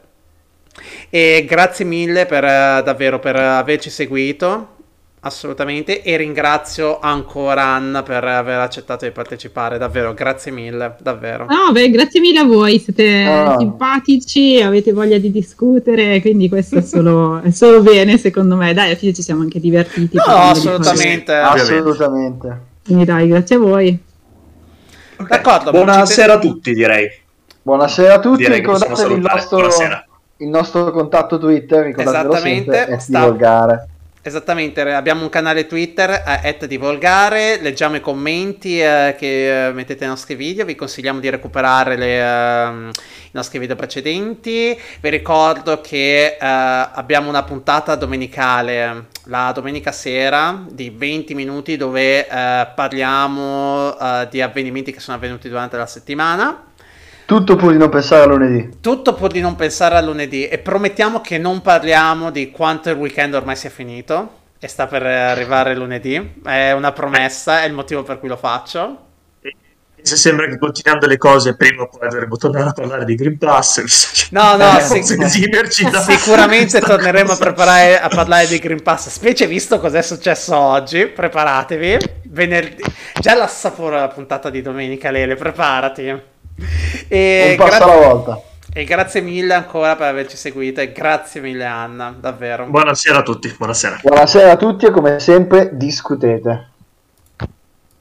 E grazie mille per davvero per averci seguito, assolutamente, e ringrazio ancora Anna per aver accettato di partecipare, davvero, grazie mille, davvero. No, beh, grazie mille a voi, siete oh. simpatici, avete voglia di discutere, quindi questo è solo, è solo bene, secondo me. Dai, alla fine ci siamo anche divertiti. No, assolutamente, assolutamente. Quindi dai, grazie a voi. Okay. D'accordo, buonasera a tutti, direi. Buonasera a tutti, ricordatevi il nostro... Buonasera. Il nostro contatto Twitter, ricordatelo sempre, è sta... Divolgare. Esattamente, abbiamo un canale Twitter, at Divolgare, leggiamo i commenti eh, che eh, mettete nei nostri video, vi consigliamo di recuperare le, eh, i nostri video precedenti. Vi ricordo che eh, abbiamo una puntata domenicale, la domenica sera, di venti minuti, dove eh, parliamo eh, di avvenimenti che sono avvenuti durante la settimana. Tutto pur di non pensare a lunedì. Tutto pur di non pensare a lunedì. E promettiamo che non parliamo di quanto il weekend ormai sia finito e sta per arrivare lunedì. È una promessa, è il motivo per cui lo faccio. E se sembra che continuando le cose prima o poi dovremmo tornare a parlare di Green Pass. No, no, sic- sicuramente torneremo a, preparare, a parlare di Green Pass, specie visto cos'è successo oggi. Preparatevi. Venerdì. Già l'assaporo la puntata di domenica, Lele, preparati. E un passo gra- alla volta. E grazie mille ancora per averci seguito e grazie mille Anna, davvero. Buonasera a tutti, buonasera. Buonasera a tutti e come sempre discutete.